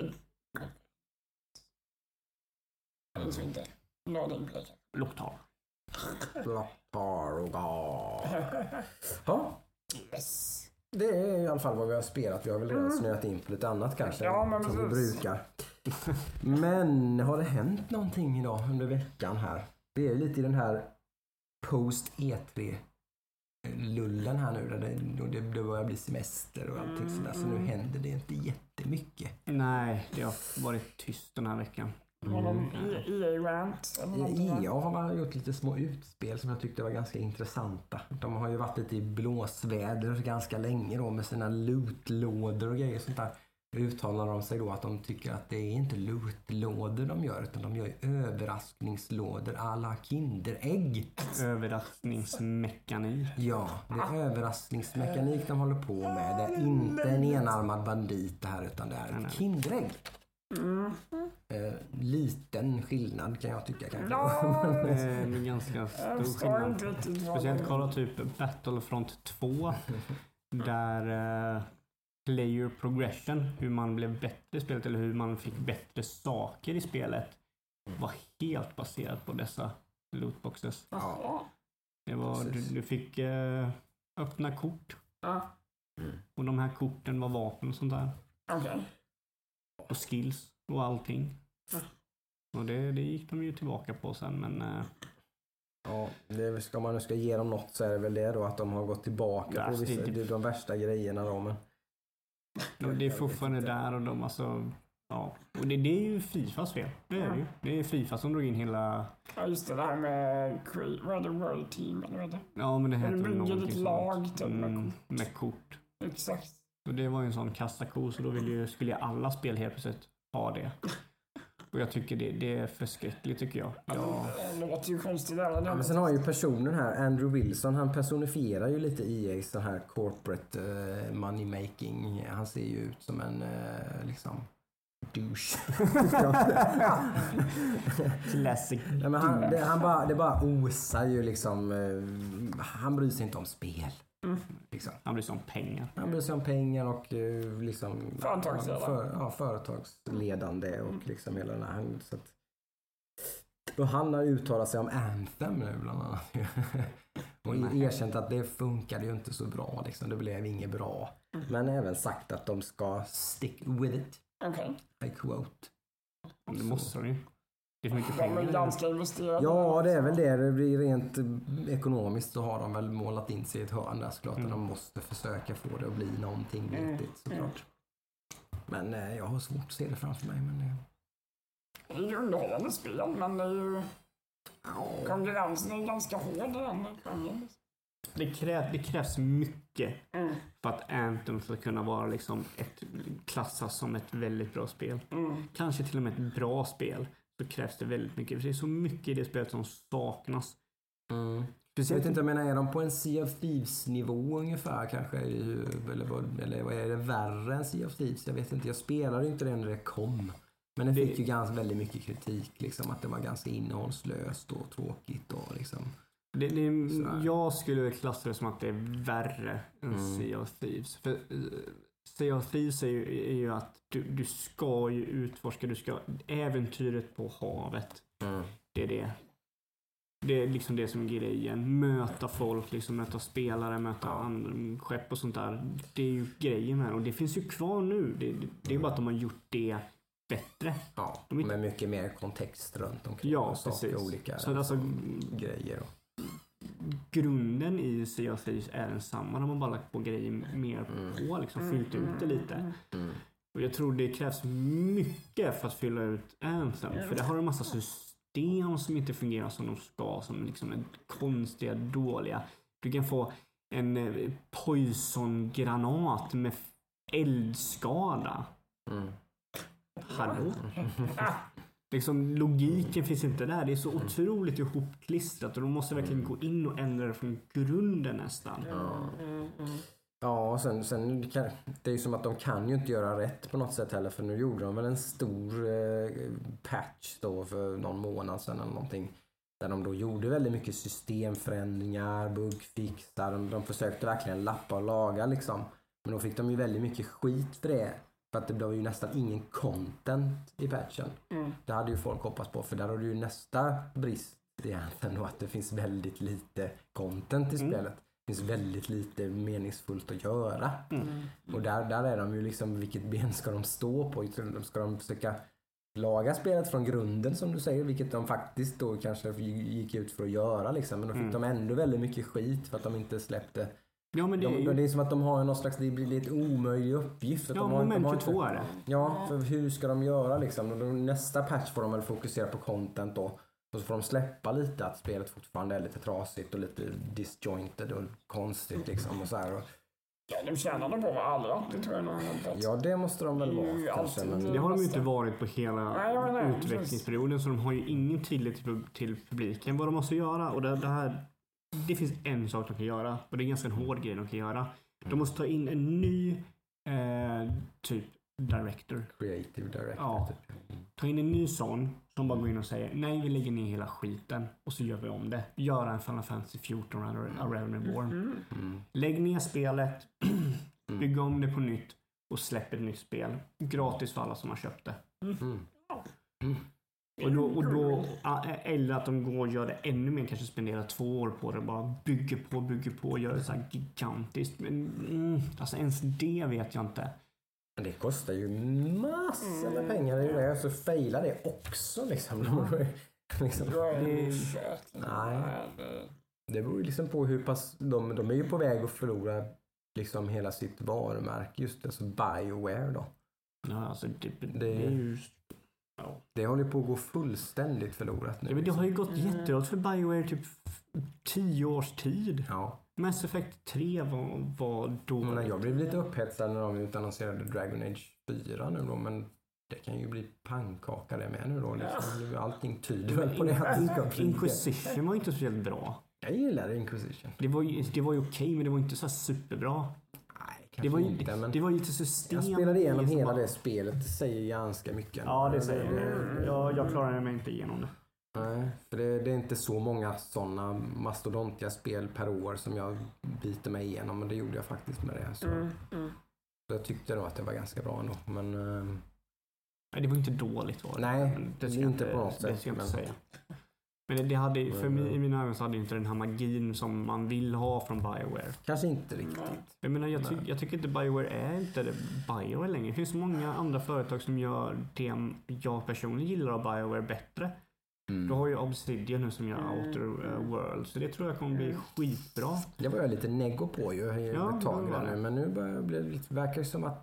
C: alltså inte.
A: Loktal.
B: Ja. Yes. Det är i alla fall vad vi har spelat. Vi har väl redan snöat in på lite annat kanske. Som vi brukar. Men har det hänt någonting idag under veckan här? Vi är lite i den här post E3 lullen här nu där det börjar bli semester och allting sådär. Så nu händer det inte jättemycket.
A: Nej, det har varit tyst den här veckan.
B: Jag har gjort lite små utspel som jag tyckte var ganska intressanta. De har ju varit lite i blåsväder ganska länge då med sina lootlådor och grejer och sånt där. uttalar de sig då att de tycker att det är inte lootlådor de gör, utan de gör överraskningslådor alla Kinderägg.
A: Överraskningsmekanik.
B: Ja, det är överraskningsmekanik de håller på med. Det är inte en enarmad bandit det här, utan det är ett Kinderägg. Liten skillnad kan jag tycka kanske.
A: Det är ganska stor skillnad. Speciellt kolla typ Battlefront 2 där player progression, hur man blev bättre i spelet eller hur man fick bättre saker i spelet, var helt baserat på dessa lootboxes.
C: Ja.
A: Det var, du fick öppna kort. Och de här korten var vapen och sånt där.
C: Okay.
A: Och skills och allting. Och det gick de ju tillbaka på sen, men...
B: Ja, det ska man nu ska ge dem något så är det väl det då att de har gått tillbaka på vissa, det är de värsta grejerna då, men...
A: Det är fortfarande där och de alltså... Ja, och det är ju Fifas fel. Det är det ju. Det är Fifa som drog in hela...
C: Ja, just det här med World Team eller vad det?
A: Ja, men det heter
C: väl någonting sånt. Lag typ
A: med kort.
C: Exakt.
A: Och det var ju en sån kassako, så då skulle ju alla spel helt plötsligt ha det. Och jag tycker det är förskräckligt tycker jag.
C: Det låter ju konstigt.
B: Men sen har ju personen här, Andrew Wilson, han personifierar ju lite EA's så här corporate money making. Han ser ju ut som en liksom douche.
A: Classic.
B: Ja, men det bara osar ju liksom. Han bryr sig inte om spel. Liksom.
A: Han bryr sig om pengar.
B: Han bryr sig om pengar och liksom företagsledande och liksom hela den här. Så att, och han har uttalat sig om Anthem nu bland annat. Och erkänt att det funkade ju inte så bra. Liksom. Det blev inget bra. Men även sagt att de ska stick with it.
C: Okay.
B: I quote.
A: Det måste de ju. Det är mycket
C: pengar. De är ganska investerade.
B: Ja, det är väl det. Det blir rent ekonomiskt så har de väl målat in sig i ett hörn där såklart. De måste försöka få det att bli någonting vettigt såklart. Men jag har svårt att se det framför mig. Men
C: det är ju underhållande spel, men det är ju... konkurrensen är ganska hård i den gången.
A: Det krävs mycket för att Anthem ska kunna vara liksom klassas som ett väldigt bra spel. Kanske till och med ett bra spel. Så krävs det väldigt mycket. För det är så mycket i det spelet som saknas.
B: Jag vet inte, är de på en Sea of Thieves-nivå ungefär kanske? Eller vad är det värre än Sea of Thieves? Jag vet inte, jag spelade inte det när det kom. Men det fick ju ganska väldigt mycket kritik. Liksom, att det var ganska innehållslöst och tråkigt. Och, liksom,
A: jag skulle klassa det som att det är värre än Sea of Thieves. För Sea of Thieves är ju att du ska ju utforska, äventyret på havet. Det är det. Det är liksom det som är grejen. Möta folk, liksom möta spelare, möta andra skepp och sånt där. Det är ju grejen med. Och det finns ju kvar nu. Det är bara att de har gjort det bättre.
B: Ja, med mycket mer kontext runt omkring.
A: Ja,
B: saker, olika
A: så alltså,
B: grejer.
A: Grunden i Sea of Thieves är densamma. De har bara lagt på grejer mer på, liksom fyllt ut det lite. Och jag tror det krävs mycket för att fylla ut Anthem. För det har en massa system som inte fungerar som de ska, som liksom är konstiga, dåliga. Du kan få en poison-granat med eldskada. Hallå? Liksom, logiken finns inte där. Det är så otroligt ihopklistrat och de måste verkligen gå in och ändra det från grunden nästan.
B: Ja, sen det är ju som att de kan ju inte göra rätt på något sätt heller, för nu gjorde de väl en stor patch då för någon månad sedan eller någonting, där de då gjorde väldigt mycket systemförändringar, bugfixar, de försökte verkligen lappa och laga liksom, men då fick de ju väldigt mycket skit för det, för att det blev ju nästan ingen content i patchen. Det hade ju folk hoppats på, för där har du ju nästa brist egentligen, att det finns väldigt lite content i spelet. Det finns väldigt lite meningsfullt att göra. Och där är de ju liksom, vilket ben ska de stå på? Ska de försöka laga spelet från grunden som du säger, vilket de faktiskt då kanske gick ut för att göra liksom. Men då fick de ändå väldigt mycket skit för att de inte släppte. Ja, men det är som att de har någon slags, det blir lite omöjlig uppgift.
A: Ja, moment 22 är det.
B: Ja, för hur ska de göra liksom? Nästa patch får de väl fokusera på content då. Och så får de släppa lite att spelet fortfarande är lite trasigt och lite disjointed och konstigt liksom och så här.
C: Ja, de tjänar på varandra. Det tror jag nog.
B: Ja, det måste de väl vara kanske. Men...
A: Det har de ju inte varit på hela utvecklingsperioden, så de har ju ingen tillit till publiken vad de måste göra. Och det finns en sak de kan göra, och det är ganska en hård grej de kan göra. De måste ta in en ny typ director.
B: Creative director.
A: Ja.
B: Typ.
A: Ta in en ny sån som bara går in och säger nej, vi lägger ner hela skiten och så gör vi om det. Göra en Final Fantasy 14 A Realm Reborn. Lägg ner spelet, bygg om det på nytt och släpp ett nytt spel. Gratis för alla som har köpt det. Och då eller att de går och gör det ännu mer, kanske spendera 2 år på det, bara bygger på och gör det så här gigantiskt. Men alltså ens det vet jag inte.
B: Men det kostar ju massor med pengar i det, så failar det också liksom. Nej. Det beror ju liksom på hur pass de är ju på väg att förlora liksom hela sitt varumärke, just det, så BioWare då.
A: Ja, alltså det är ju... Ja.
B: Det håller på att gå fullständigt förlorat nu.
A: Ja, men det har ju gått jätteråt för BioWare typ 10 års tid.
B: Ja.
A: Mass Effect 3 var då...
B: Men jag blev lite upphetsad när de utannonserade Dragon Age 4 nu då, men det kan ju bli pannkaka det med nu då. Liksom. Allting tyder väl på det att det ska bli.
A: Inquisition var inte speciellt bra.
B: Jag gillar Inquisition.
A: Det var ju okej, men det var inte så superbra.
B: Det var inte, men
A: det var lite system.
B: Jag spelade igenom hela det spelet. Det säger ganska mycket.
A: Ja, det säger det. Jag klarade mig inte igenom det.
B: Nej, för det är inte så många sådana mastodontiga spel per år som jag biter mig igenom, men det gjorde jag faktiskt med det. Så jag tyckte då att det var ganska bra ändå, men...
A: Nej, det var inte dåligt var det.
B: Nej, det ska inte på något sätt.
A: Det ska jag inte säga. Men det hade, för mig, i mina ögon så hade inte den här magin som man vill ha från BioWare.
B: Kanske inte riktigt.
A: Jag menar, jag tycker inte BioWare är inte det BioWare längre. Det finns många andra företag som gör det jag personligen gillar av BioWare bättre. Då har ju Obsidian nu som gör Outer World, så det tror jag kommer bli skitbra.
B: Det var jag lite neggo på ju ett tag där nu, men nu verkar det som att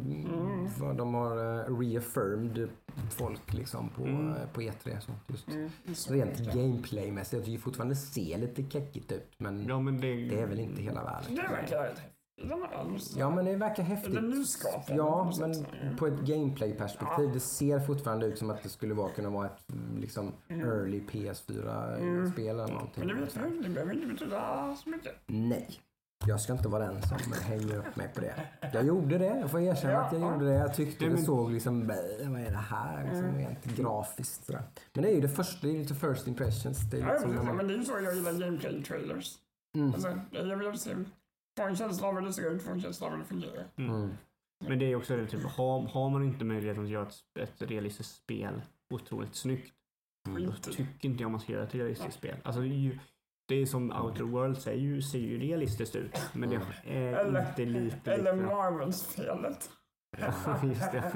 B: de har reaffirmed folk liksom på E3 så just rent gameplaymässigt. Jag tycker fortfarande ser lite keckigt ut, men, det är väl inte hela världen.
C: Det verkar
B: Ja, men det verkar häftigt. Ja, men på ett gameplay-perspektiv, det ser fortfarande ut som att det skulle kunna vara ett liksom early PS4-spel eller någonting.
C: Men det vet jag, det behöver inte betyda så mycket.
B: Nej, jag ska inte vara den som hänger upp mig på det. Jag gjorde det, jag får erkänna att jag gjorde det. Jag tyckte det såg liksom, vad är det här? Liksom, rent grafiskt. Sådär. Men det är ju det första, det är lite first impressions. Det är liksom
C: men det är ju så jag gillar gameplay-trailers. Alltså, jag vill se... Få en känsla av hur det ser ut, få en känsla av hur det fungerar.
A: Men det är också det, typ, har man inte möjligheten att göra ett realistiskt spel otroligt snyggt, då tycker inte jag man ska göra ett realistiskt spel. Alltså, det är som Outer World ser ju realistiskt ut, men det är inte lite...
C: Eller Marvel-spelet.
A: Ja, just det.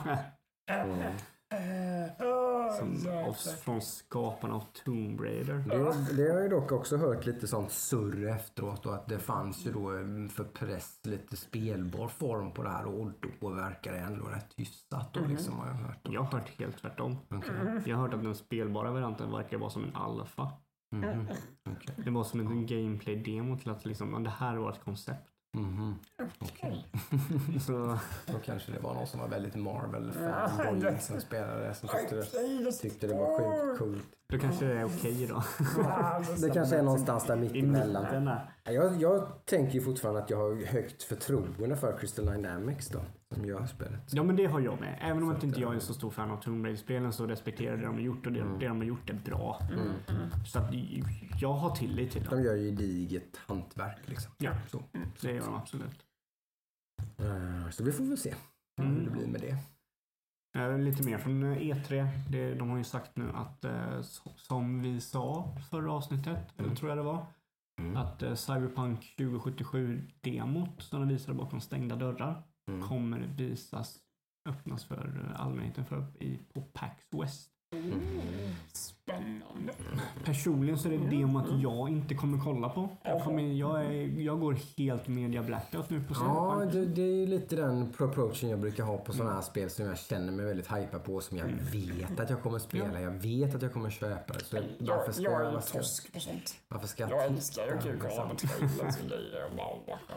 A: Från skaparna av Tomb Raider.
B: Det har jag dock också hört lite sånt surr efteråt, och att det fanns ju då för press lite spelbar form på det här, och då verkar det ändå rätt hyfsat. Liksom, har jag hört.
A: Jag har hört helt tvärtom. Jag har hört att den spelbara varianten verkar vara som en alfa. Det var som en gameplay-demo till att liksom, det här var ett koncept.
B: Okej. Så då kanske det var någon som var väldigt Marvel-fanboy som spelade, som tyckte det var sjukt coolt.
A: Då kanske det är okej då.
B: Det kanske är någonstans där mitt emellan. Jag tänker ju fortfarande att jag har högt förtroende för Crystal Dynamics då, som gör spelet.
A: Ja, men det har jag med. Även om inte jag är så stor fan av Tomb Raider-spelen, så respekterar det de har gjort, och det de har gjort är bra. Så att jag har tillit till dem.
B: De gör ju diget hantverk liksom.
A: Ja, så. Det gör de absolut.
B: Så vi får väl se hur det blir med det.
A: Lite mer från E3. De har ju sagt nu att, som vi sa förra avsnittet, eller tror jag det var, att Cyberpunk 2077-demot som de visade bakom stängda dörrar kommer öppnas för allmänheten på PAX West.
C: Spännande.
A: Personligen så är det demot jag inte kommer kolla på. Jag går helt media blackout nu på
B: Cyberpunk. Ja, det är lite den approachen jag brukar ha på sådana här spel som jag känner mig väldigt hypad på, som jag vet att jag kommer spela. Jag vet att jag kommer köpa det. Så
C: jag är en tosk på sånt.
B: Varför ska
C: jag älskar att kolla på trailers och grejer och bara skönt.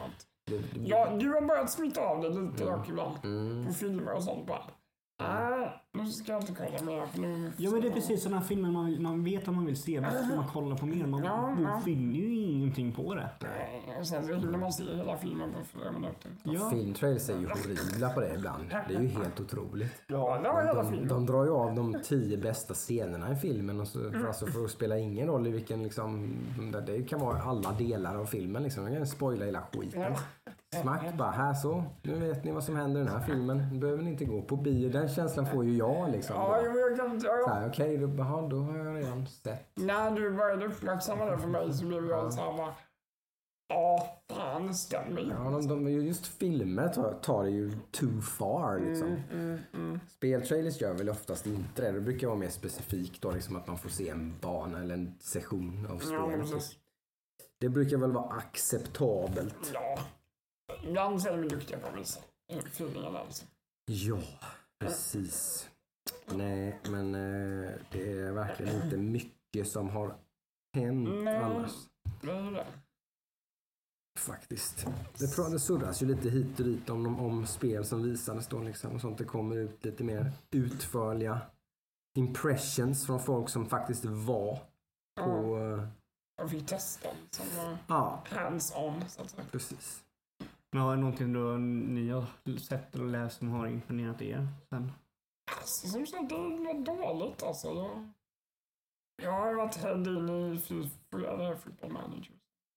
C: Ja, du har börjat smitta av det lite dock ibland. På filmer och sånt bara. Nu ska jag inte kolla mer. För nu
A: ja, men det är precis sådana filmer man vet att man vill se. Varför ska man kolla på mer? Man finner ju ingenting på det.
C: Och sen så hinner man se hela filmen på 4 minuter.
B: Ja. Filmtrailers är ju horribla på det ibland. Det är ju helt otroligt.
C: Ja, det var hela filmen.
B: De drar ju av de 10 bästa scenerna i filmen och så, för att spela ingen roll i vilken liksom, det kan vara alla delar av filmen liksom. Jag kan spoila hela skiten. Smack bara, här så. Nu vet ni vad som händer i den här filmen. Nu behöver ni inte gå på bio. Den känslan får ju jag liksom. Okej, då har jag redan sett.
C: När du började uppmärksamma det för mig så blev jag så här bara... fan, det stämmer ju.
B: Ja, just filmer tar det ju too far liksom. Speltrailers gör väl oftast inte det. Det brukar vara mer specifikt då, liksom att man får se en bana eller en session av spel. Det brukar väl vara acceptabelt.
C: Ja. Ibland så är de duktiga på att visa filmerna alltså.
B: Ja, precis. Nej, men det är verkligen inte mycket som har hänt annars.
C: Nej.
B: Faktiskt. Det surras ju lite hit och dit om spel som visades då liksom, och sånt. Det kommer ut lite mer utförliga impressions från folk som faktiskt var på...
C: Och fick testa som var hands-on så att säga.
B: Precis.
A: Men har det någonting ni har sett eller läst som har imponerat er sen?
C: Alltså, som sagt, det är dåligt alltså. Jag har varit helt inne i Football Manager.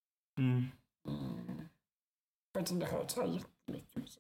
C: Jag vet inte, det hört så här jättemycket.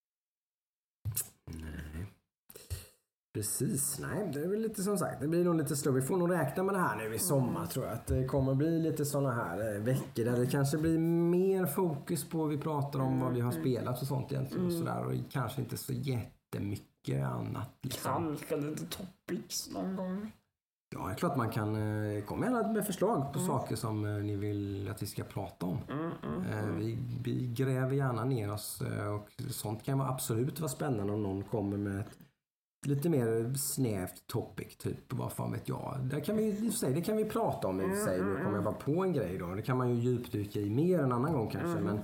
B: Nej. Precis, nej, det är väl lite som sagt, det blir nog lite slå. Vi får nog räkna med det här nu i sommar tror jag. Att det kommer bli lite såna här veckor där det kanske blir mer fokus på, vi pratar om vad vi har spelat och sånt egentligen och sådär. Och kanske inte så jättemycket annat. Liksom.
C: Kanske lite topics någon gång.
B: Ja, det är klart man kan komma gärna med förslag på saker som ni vill att vi ska prata om. Vi gräver gärna ner oss och sånt kan absolut vara spännande om någon kommer med ett lite mer snävt topic, typ vad fan vet jag. Det kan vi prata om i sig. Nu kommer jag bara på en grej då. Det kan man ju djupdyka i mer en annan gång kanske. Men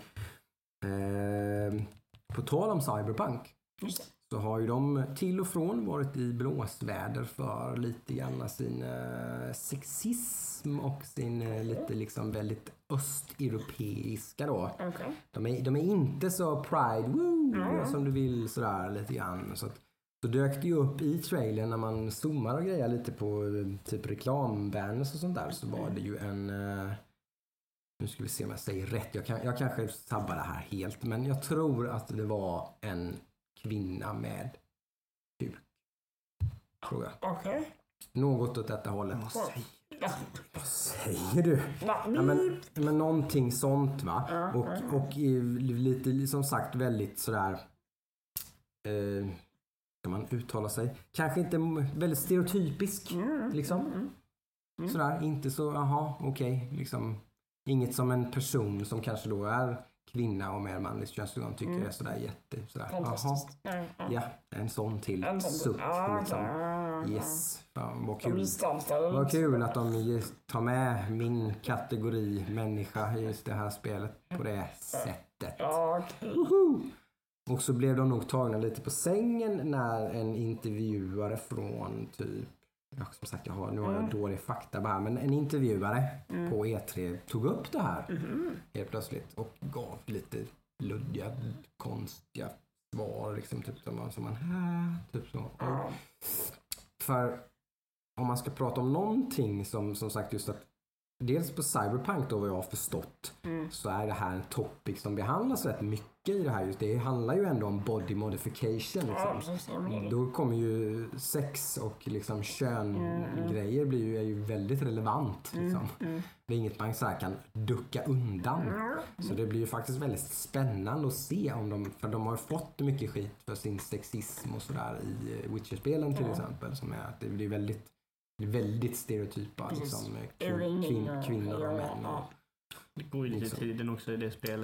B: på tal om Cyberpunk så har ju de till och från varit i blåsväder för lite grann sin sexism och sin lite liksom väldigt östeuropeiska då. De är inte så pride som du vill sådär lite grann. Så dök det ju upp i trailern när man zoomar och grejer lite på typ reklambanners och sånt där, så var det ju en... Nu ska vi se om jag säger rätt. Jag kanske sabbar det här helt, men jag tror att det var en kvinna med kuk. Tror jag.
C: Okej.
B: Något åt detta hållet. Vad säger du? Ja, men någonting sånt va? Och lite som sagt väldigt sådär... kan man uttala sig. Kanske inte väldigt stereotypisk. Liksom. Sådär, inte så, okej. Liksom, inget som en person som kanske då är kvinna och mer manligt könsorgan tycker är sådär
C: fantastiskt.
B: Ja, en sån till suck. Liksom. Yes. Fan, vad kul. Vad kul att de tar med min kategori människa i just det här spelet på det sättet. Och så blev de nog tagna lite på sängen när en intervjuare från typ, som sagt nu har jag dålig fakta bara, men en intervjuare på E3 tog upp det här helt plötsligt och gav lite luddiga, konstiga svar liksom, typ som man typ så. För om man ska prata om någonting som sagt just att dels på Cyberpunk då vad jag har förstått så är det här en topic som behandlas rätt mycket i det här. Just det handlar ju ändå om body modification liksom. Då kommer ju sex och liksom köngrejer är ju väldigt relevant liksom. Det är inget man så här kan ducka undan. Så det blir ju faktiskt väldigt spännande att se om för de har ju fått mycket skit för sin sexism och sådär i Witcher-spelen till exempel, som är att det blir väldigt stereotypa liksom, kvinnor och män.
A: Det går ju lite i tiden också i det spelet.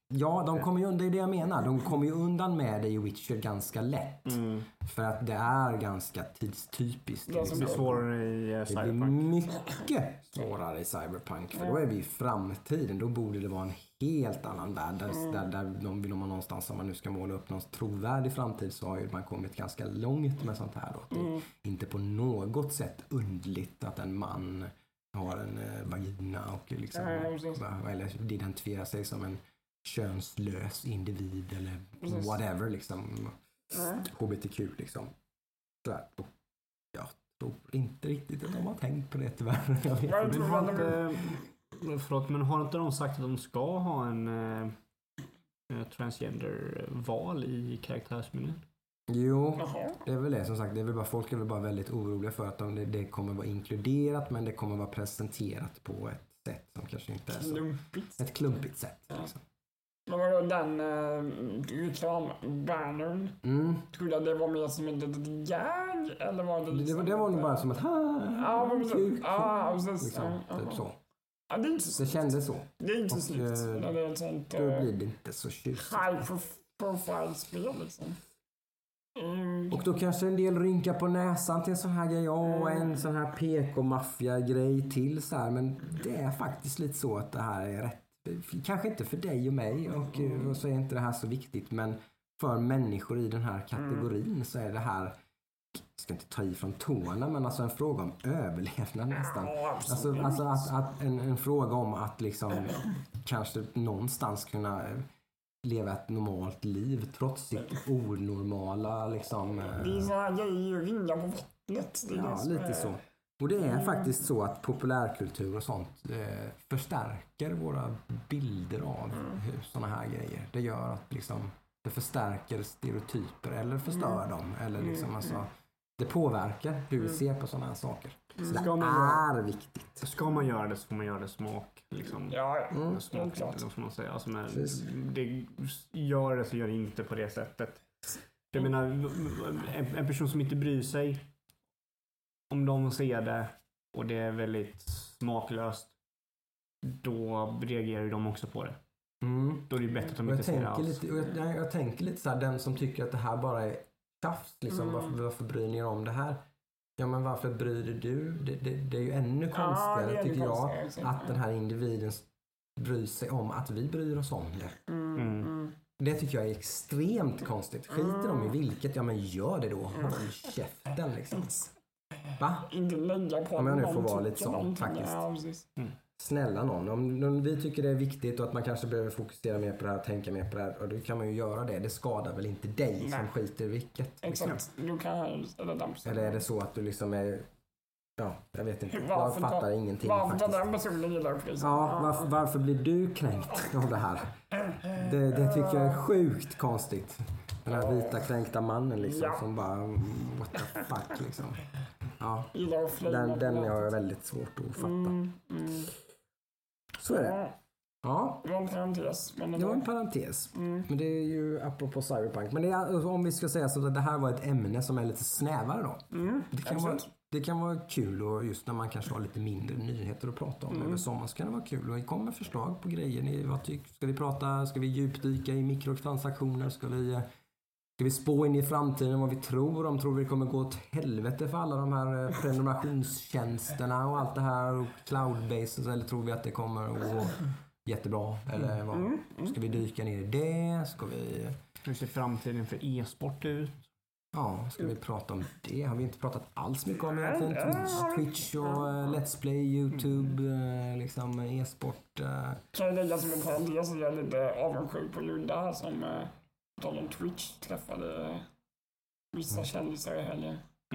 B: Ja, de kommer ju undan, det är det jag menar. De kommer ju undan med det i Witcher ganska lätt. För att det är ganska tidstypiskt.
A: Det blir svårare i Cyberpunk.
B: Det blir mycket svårare i Cyberpunk. För då är vi i framtiden. Då borde det vara en helt annan värld. Där de vill man någonstans, om man nu ska måla upp någon trovärdig framtid, så har ju man kommit ganska långt med sånt här. Då. Det är inte på något sätt underligt att en man har en vagina och liksom, eller identifierar sig som en könslös individ eller whatever liksom. HBTQ liksom. Så här. Jag tror inte riktigt att de har tänkt på det tyvärr. Jag vet.
A: Men har inte de sagt att de ska ha en transgender-val i karaktärsmenyn?
B: Jo, det är väl det som sagt. Det är väl bara, folk är väl bara väldigt oroliga för att det kommer vara inkluderat, men det kommer vara presenterat på ett sätt som kanske inte är så... Ett klumpigt sätt. Liksom.
C: Men var den reklambannern, tror jag det var mer som en gag, eller var det liksom...
B: Det var nog bara som att
C: precis.
B: Liksom, typ så.
C: Ja, det är inte så.
B: Det kändes så.
C: Det är inte snyggt. Det är ett sånt...
B: Då blir det inte så tjusigt.
C: High profile-spel liksom.
B: Och då kanske en del rynkar på näsan till en sån här grej. En sån här PK-maffia-grej till så här. Men det är faktiskt lite så att det här är rätt. Kanske inte för dig och mig, och så är inte det här så viktigt, men för människor i den här kategorin så är det här, jag ska inte ta i från tårna, men alltså en fråga om överlevnad nästan. Alltså att en fråga om att liksom kanske någonstans kunna leva ett normalt liv trots sitt onormala liksom.
C: Det är så här grejer, ringa på vattnet.
B: Ja, lite så. Och det är faktiskt så att populärkultur och sånt förstärker våra bilder av sådana här grejer. Det gör att liksom, det förstärker stereotyper eller förstör dem. Eller liksom, alltså, det påverkar hur vi ser på sådana här saker. Så det är viktigt.
A: Ska man göra det så får man göra det smak. Liksom, smak, som man säger. Alltså, det gör det så gör det inte på det sättet. Jag menar, en person som inte bryr sig, om de ser det och det är väldigt smaklöst, då reagerar ju de också på det. Då är det bättre att de inte ser det alls.
B: Jag tänker lite så här, den som tycker att det här bara är tjafs, liksom, varför bryr ni er om det här? Ja, men varför bryr du? Det är ju ännu konstigare, tycker jag, att den här individen bryr sig om att vi bryr oss om det. Det tycker jag är extremt konstigt. Skiter de i vilket, ja men gör det då. Håll käften liksom. Va?
C: Inte lägga på
B: om jag nu får vara lite sån faktiskt. Snälla någon. Om vi tycker det är viktigt och att man kanske behöver fokusera mer på det här och tänka mer på det här, och då kan man ju göra det. Det skadar väl inte dig som skiter i vilket.
C: Exakt. Du kan
B: eller är det så att du liksom är... Ja, jag vet inte. Jag fattar ingenting
C: varför
B: faktiskt.
C: Den personen gillar priset?
B: Ja, varför blir du kränkt av det här? Det tycker jag är sjukt konstigt. Den här vita kränkta mannen liksom, som bara what the fuck liksom. Ja, den har jag väldigt svårt att fatta. Så är det. Ja.
C: Det var en parentes.
B: Det var en parentes. Men det är ju apropå Cyberpunk. Men det är, om vi ska säga så att det här var ett ämne som är lite snävare då. Det kan vara kul, och just när man kanske har lite mindre nyheter att prata om över sommaren, så kan det vara kul. Och det kommer förslag på grejer. Ska vi djupdyka i mikrotransaktioner? Ska vi spå in i framtiden vad vi tror? Tror vi kommer gå åt helvete för alla de här prenumerationstjänsterna och allt det här och cloud-based, eller tror vi att det kommer att gå jättebra? Eller vad? Ska vi dyka ner i det?
A: Hur ser framtiden för e-sport ut?
B: Ja, ska vi prata om det? Har vi inte pratat alls mycket om egentligen? Twitch och Let's Play, YouTube, liksom e-sport.
C: Kan jag lägga som en parentes, så jag är lite avundsjuk på Lunda här som om Twitch träffade vissa kändisar i helgen.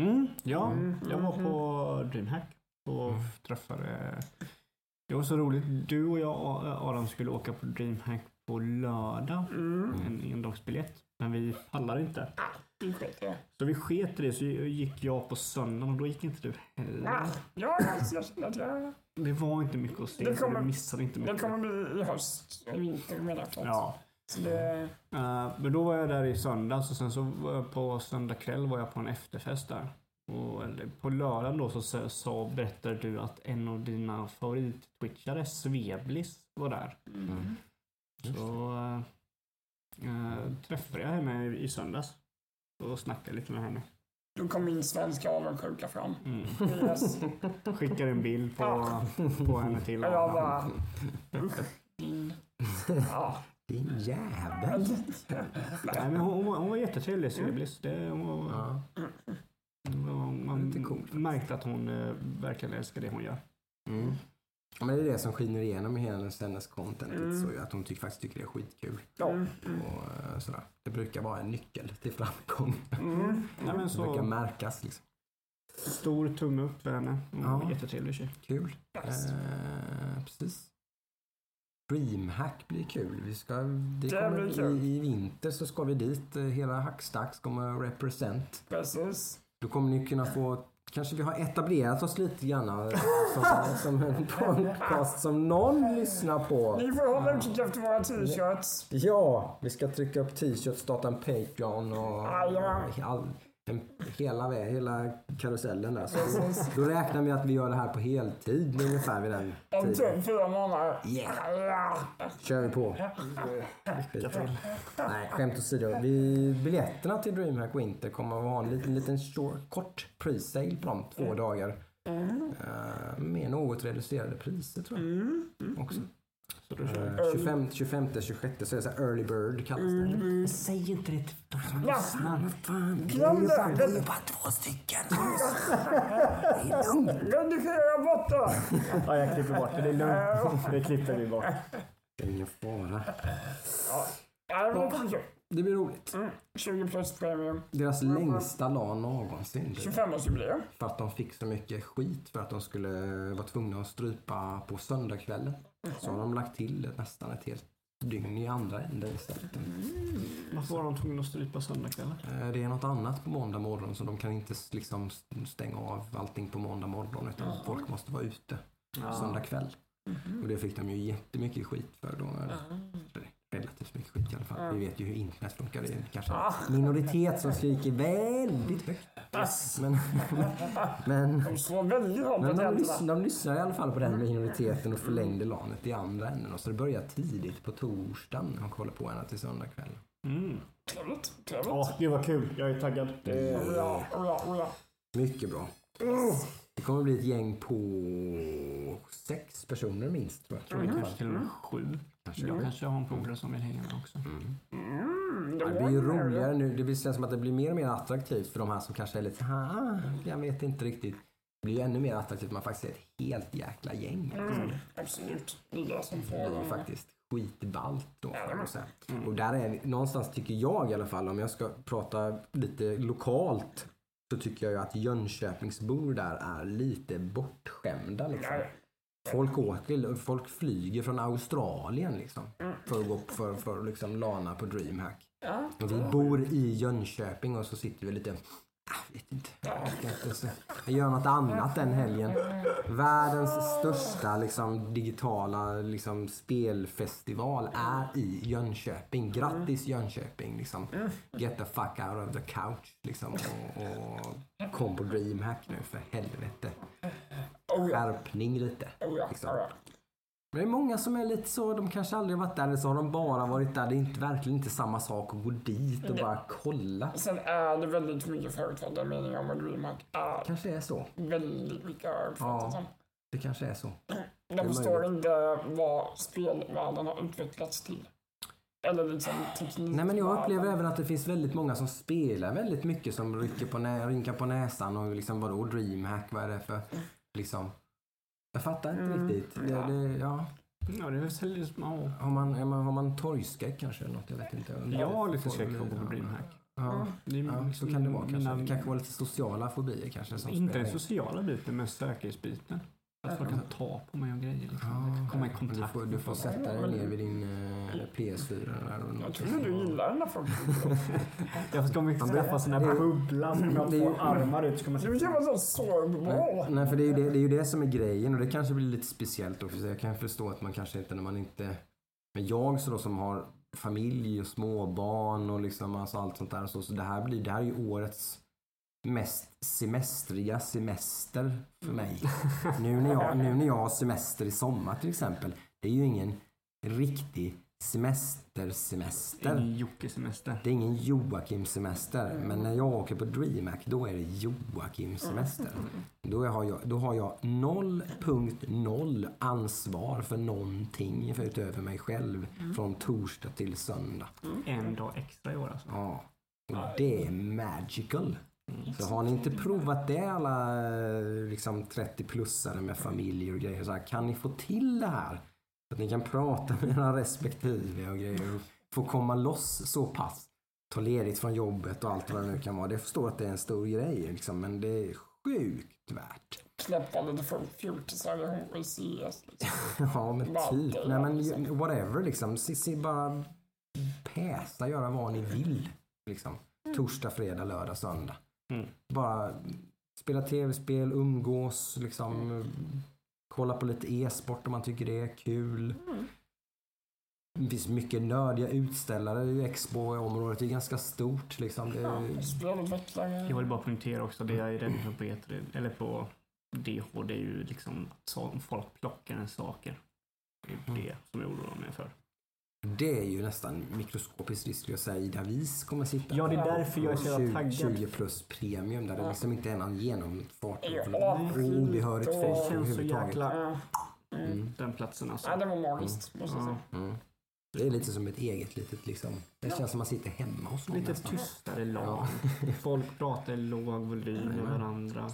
A: Jag var på DreamHack och träffade... Det var så roligt. Du och jag, Adam, skulle åka på DreamHack på lördag. En endagsbiljett. Men vi pallade inte. Så vi sket i det, så gick jag på söndagen, och då gick inte du heller.
C: Ja, jag kände att jag...
A: Det var inte mycket att se, så du missade inte mycket.
C: Det kommer bli i höst, i vinter menar jag.
A: Ja.
C: Så det...
A: Men då var jag där i söndags, och sen så på söndag kväll var jag på en efterfest där. Och på lördagen då så berättade du att en av dina favorit-twitchare, Sveblis, var där. Så träffade jag henne i söndags och snackade lite med henne.
C: Då kom min svenska avundsjuka fram.
A: Yes. Skickade en bild på henne till.
C: Och jag bara...
B: Din jävel.
A: Nej, men hon var jättetrevlig, Siblis. Man märkte att hon verkligen älskar det hon gör.
B: Ja, men det är det som skiner igenom i hennes content. Så att hon faktiskt tycker det är skitkul. Och sådär. Det brukar vara en nyckel till framgång.
A: Ja, men så...
B: Det brukar märkas liksom.
A: Stor tumme upp för henne. Jättetrevlig tjej.
B: Kul. Precis. Dreamhack blir kul. I vinter så ska vi dit. Hela Hackstack kommer represent.
C: Precis.
B: Då kommer ni kunna få... Kanske vi har etablerat oss lite grann som en podcast som någon lyssnar på.
C: Ni får hålla utkik efter våra t-shirts.
B: Ja, vi ska trycka upp t-shirts, starta en Patreon och hela karusellen där. Så då räknar vi att vi gör det här på heltid ungefär vid den tiden.
C: Om 4 månader.
B: Yeah. Kör vi på. Nej, skämt åsido. Biljetterna till Dreamhack Winter kommer att ha en liten kort pre-sale på de 2 dagar. Med något reducerade priser tror jag. Också. Så 25-26 så är det så här early bird kallas det. Säg inte det till de som lyssnar. Det är bara 2 stycken. Det är lugnt.
C: Redigera bort det.
A: Ja, jag klipper bort det. Det är lugnt. Det klipper vi bort.
B: Det är ingen fara. Det blir roligt.
C: 20 plus premium.
B: Deras längsta LAN någonsin.
C: 25-årsjubileum.
B: För att de fick så mycket skit för att de skulle vara tvungna att strypa på söndagskvällen. Så har de lagt till nästan ett helt dygn i andra änden istället.
A: Varför var de tvungna att strypa söndagskvällen?
B: Det är något annat på måndag morgon så de kan inte liksom stänga av allting på måndag morgon utan folk måste vara ute söndag kväll. Och det fick de ju jättemycket skit för då. Relativt mycket skit i alla fall. Vi vet ju hur internet funkar. Det är kanske en minoritet som skriker väldigt högt. Men de lyssnar i alla fall på den minoriteten och förlängde lanet i andra änden. Och så det börjar tidigt på torsdagen och håller på ända till söndag kväll.
C: Trevligt.
A: Ja, det var kul. Jag är taggad.
B: Mycket bra. Det kommer bli ett gäng på 6 personer minst tror jag.
A: Kanske till och med 7. Jag kanske har en polare som vill hänga med också.
B: Det blir ju roligare nu. Det blir som att det blir mer och mer attraktivt för de här som kanske är lite jag vet inte riktigt. Det blir ju ännu mer attraktivt att man faktiskt är ett helt jäkla gäng.
C: Absolut. Det är
B: faktiskt skitballt då. Och där är vi, någonstans tycker jag i alla fall, om jag ska prata lite lokalt, så tycker jag ju att Jönköpingsbor där är lite bortskämda liksom. Folk flyger från Australien liksom för att gå för liksom lana på Dreamhack. Och vi bor i Jönköping och så sitter vi lite vet inte. Jag gör något annat den helgen. Världens största liksom digitala liksom spelfestival är i Jönköping. Grattis Jönköping liksom. Get the fuck out of the couch liksom och kom på Dreamhack nu för helvete. Skärpning lite liksom. Men det är många som är lite så, de kanske aldrig varit där eller så har de bara varit där. Det är verkligen inte samma sak att gå dit och bara kolla.
C: Sen är det väldigt mycket förutfattade meningar om vad Dreamhack är.
B: Kanske är så.
C: Väldigt mycket uppfattat som.
B: Det kanske är så.
C: De förstår inte vad spelvärlden har utvecklats till. Eller liksom teknik.
B: Nej, men jag upplever även att det finns väldigt många som spelar väldigt mycket som rynkar på näsan och liksom vadå Dreamhack, vad är det för liksom. Jag fattar inte riktigt.
A: Ja, det är väl så liksom,
B: har man torgskräck kanske eller något, jag vet inte.
A: Jag har lite skräck på Dreamhack.
B: Så kan det vara kanske. Det kanske var lite sociala fobier kanske. Som
A: inte den sociala biten, men säkerhetsbiten. Att folk kan ta på mig och grejer. Liksom. Komma i kontakt.
B: Du får sätta dig ner vid din PS4.
C: Jag tror du gillar den där folk.
A: Jag ska mycket träffa sån här bubbla som jag får armar ut.
C: Du kan vara så sårbar.
B: Nej, för det är ju det som är grejen. Och det kanske blir lite speciellt också. Jag kan förstå att man kanske inte, när man inte... Men jag så då, som har familj och småbarn och liksom alltså allt sånt där. Så det här är ju årets mest semestriga semester för mig. Nu när jag har semester i sommar till exempel, det är ju ingen riktig semester.
A: Ingen Jocke-semester.
B: Det är ingen Joakim-semester. Men när jag åker på DreamHack, då är det Joakim-semester. Då har jag 0.0 ansvar för någonting utöver mig själv. Från torsdag till söndag.
A: En dag extra i år alltså.
B: Ja, och det är magical. Så har ni inte provat det, alla liksom 30-plussare med familjer och grejer, så här, kan ni få till det här? Så att ni kan prata med era respektive och grejer och få komma loss så pass. Ta ledigt från jobbet och allt vad det nu kan vara. Det förstår att det är en stor grej liksom, men det är sjukt värt.
C: Släppa lite fjortisar i CS liksom.
B: Ja, men typ. Nej, men whatever liksom. Se bara päsa, göra vad ni vill liksom. Torsdag, fredag, lördag, söndag. Bara spela tv-spel, umgås liksom, kolla på lite e-sport om man tycker det är kul. Det finns mycket nördiga utställare i Expo-området, det är ganska stort liksom.
A: Jag vill bara poängtera också, det jag är rädd för på E3, eller på DH, det är ju liksom att folk plockar en saker. Det är det som jag oroar mig för.
B: Det är ju nästan mikroskopiskt risk att säga där vi kommer sitta.
A: Ja, det är därför jag är så jävla taggad.
B: 20 plus premium där det liksom inte är någon genomfart.
C: Obehörigt
A: det känns så jäkla... Den platsen alltså.
C: Ja, det var magiskt, måste jag säga.
B: Det är lite som ett eget litet liksom. Det känns som man sitter hemma hos någon.
A: Lite tystare lag. Folk pratar i låg volym med varandra.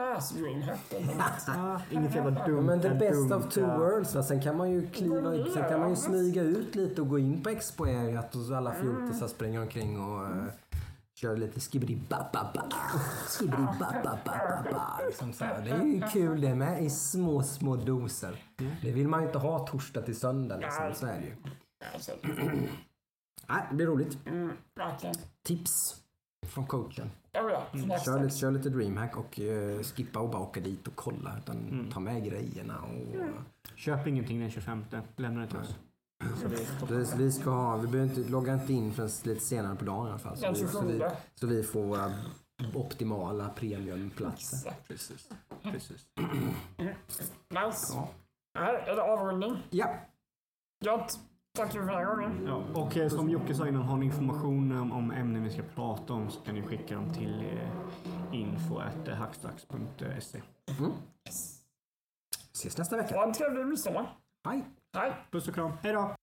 A: Inget jävla dumt.
B: Men the best of two worlds. Sen kan man ju sen kan man ju smyga ut lite och gå in på Expo-areat och så alla fjortisar springer omkring och kör lite skibidi-ba-ba-ba. Skibidi-ba-ba-ba-ba. Liksom så här. Det är ju kul det med i små doser. Det vill man ju inte ha torsdag till söndag liksom. Så är det ju. Nej, det blir roligt. Tips från coachen. Kör lite DreamHack och skippa och bara åka dit och kolla, utan ta med grejerna och...
A: Köp ingenting den 25. Lämna det till oss.
B: Vi behöver inte logga inte in förrän lite senare på dagen i alla fall. Så vi får våra optimala premiumplatser.
A: Precis.
C: Nice. Är det avrundning?
B: Ja.
C: Gött. Tack för den här gången.
A: Ja, och som Jocke sa innan, har ni information om ämnen vi ska prata om så kan ni skicka dem till info@hackstacks.se.
B: Ses nästa vecka.
C: Ha en trevlig midsommar.
B: Hej.
C: Hej.
A: Puss och kram. Hej då.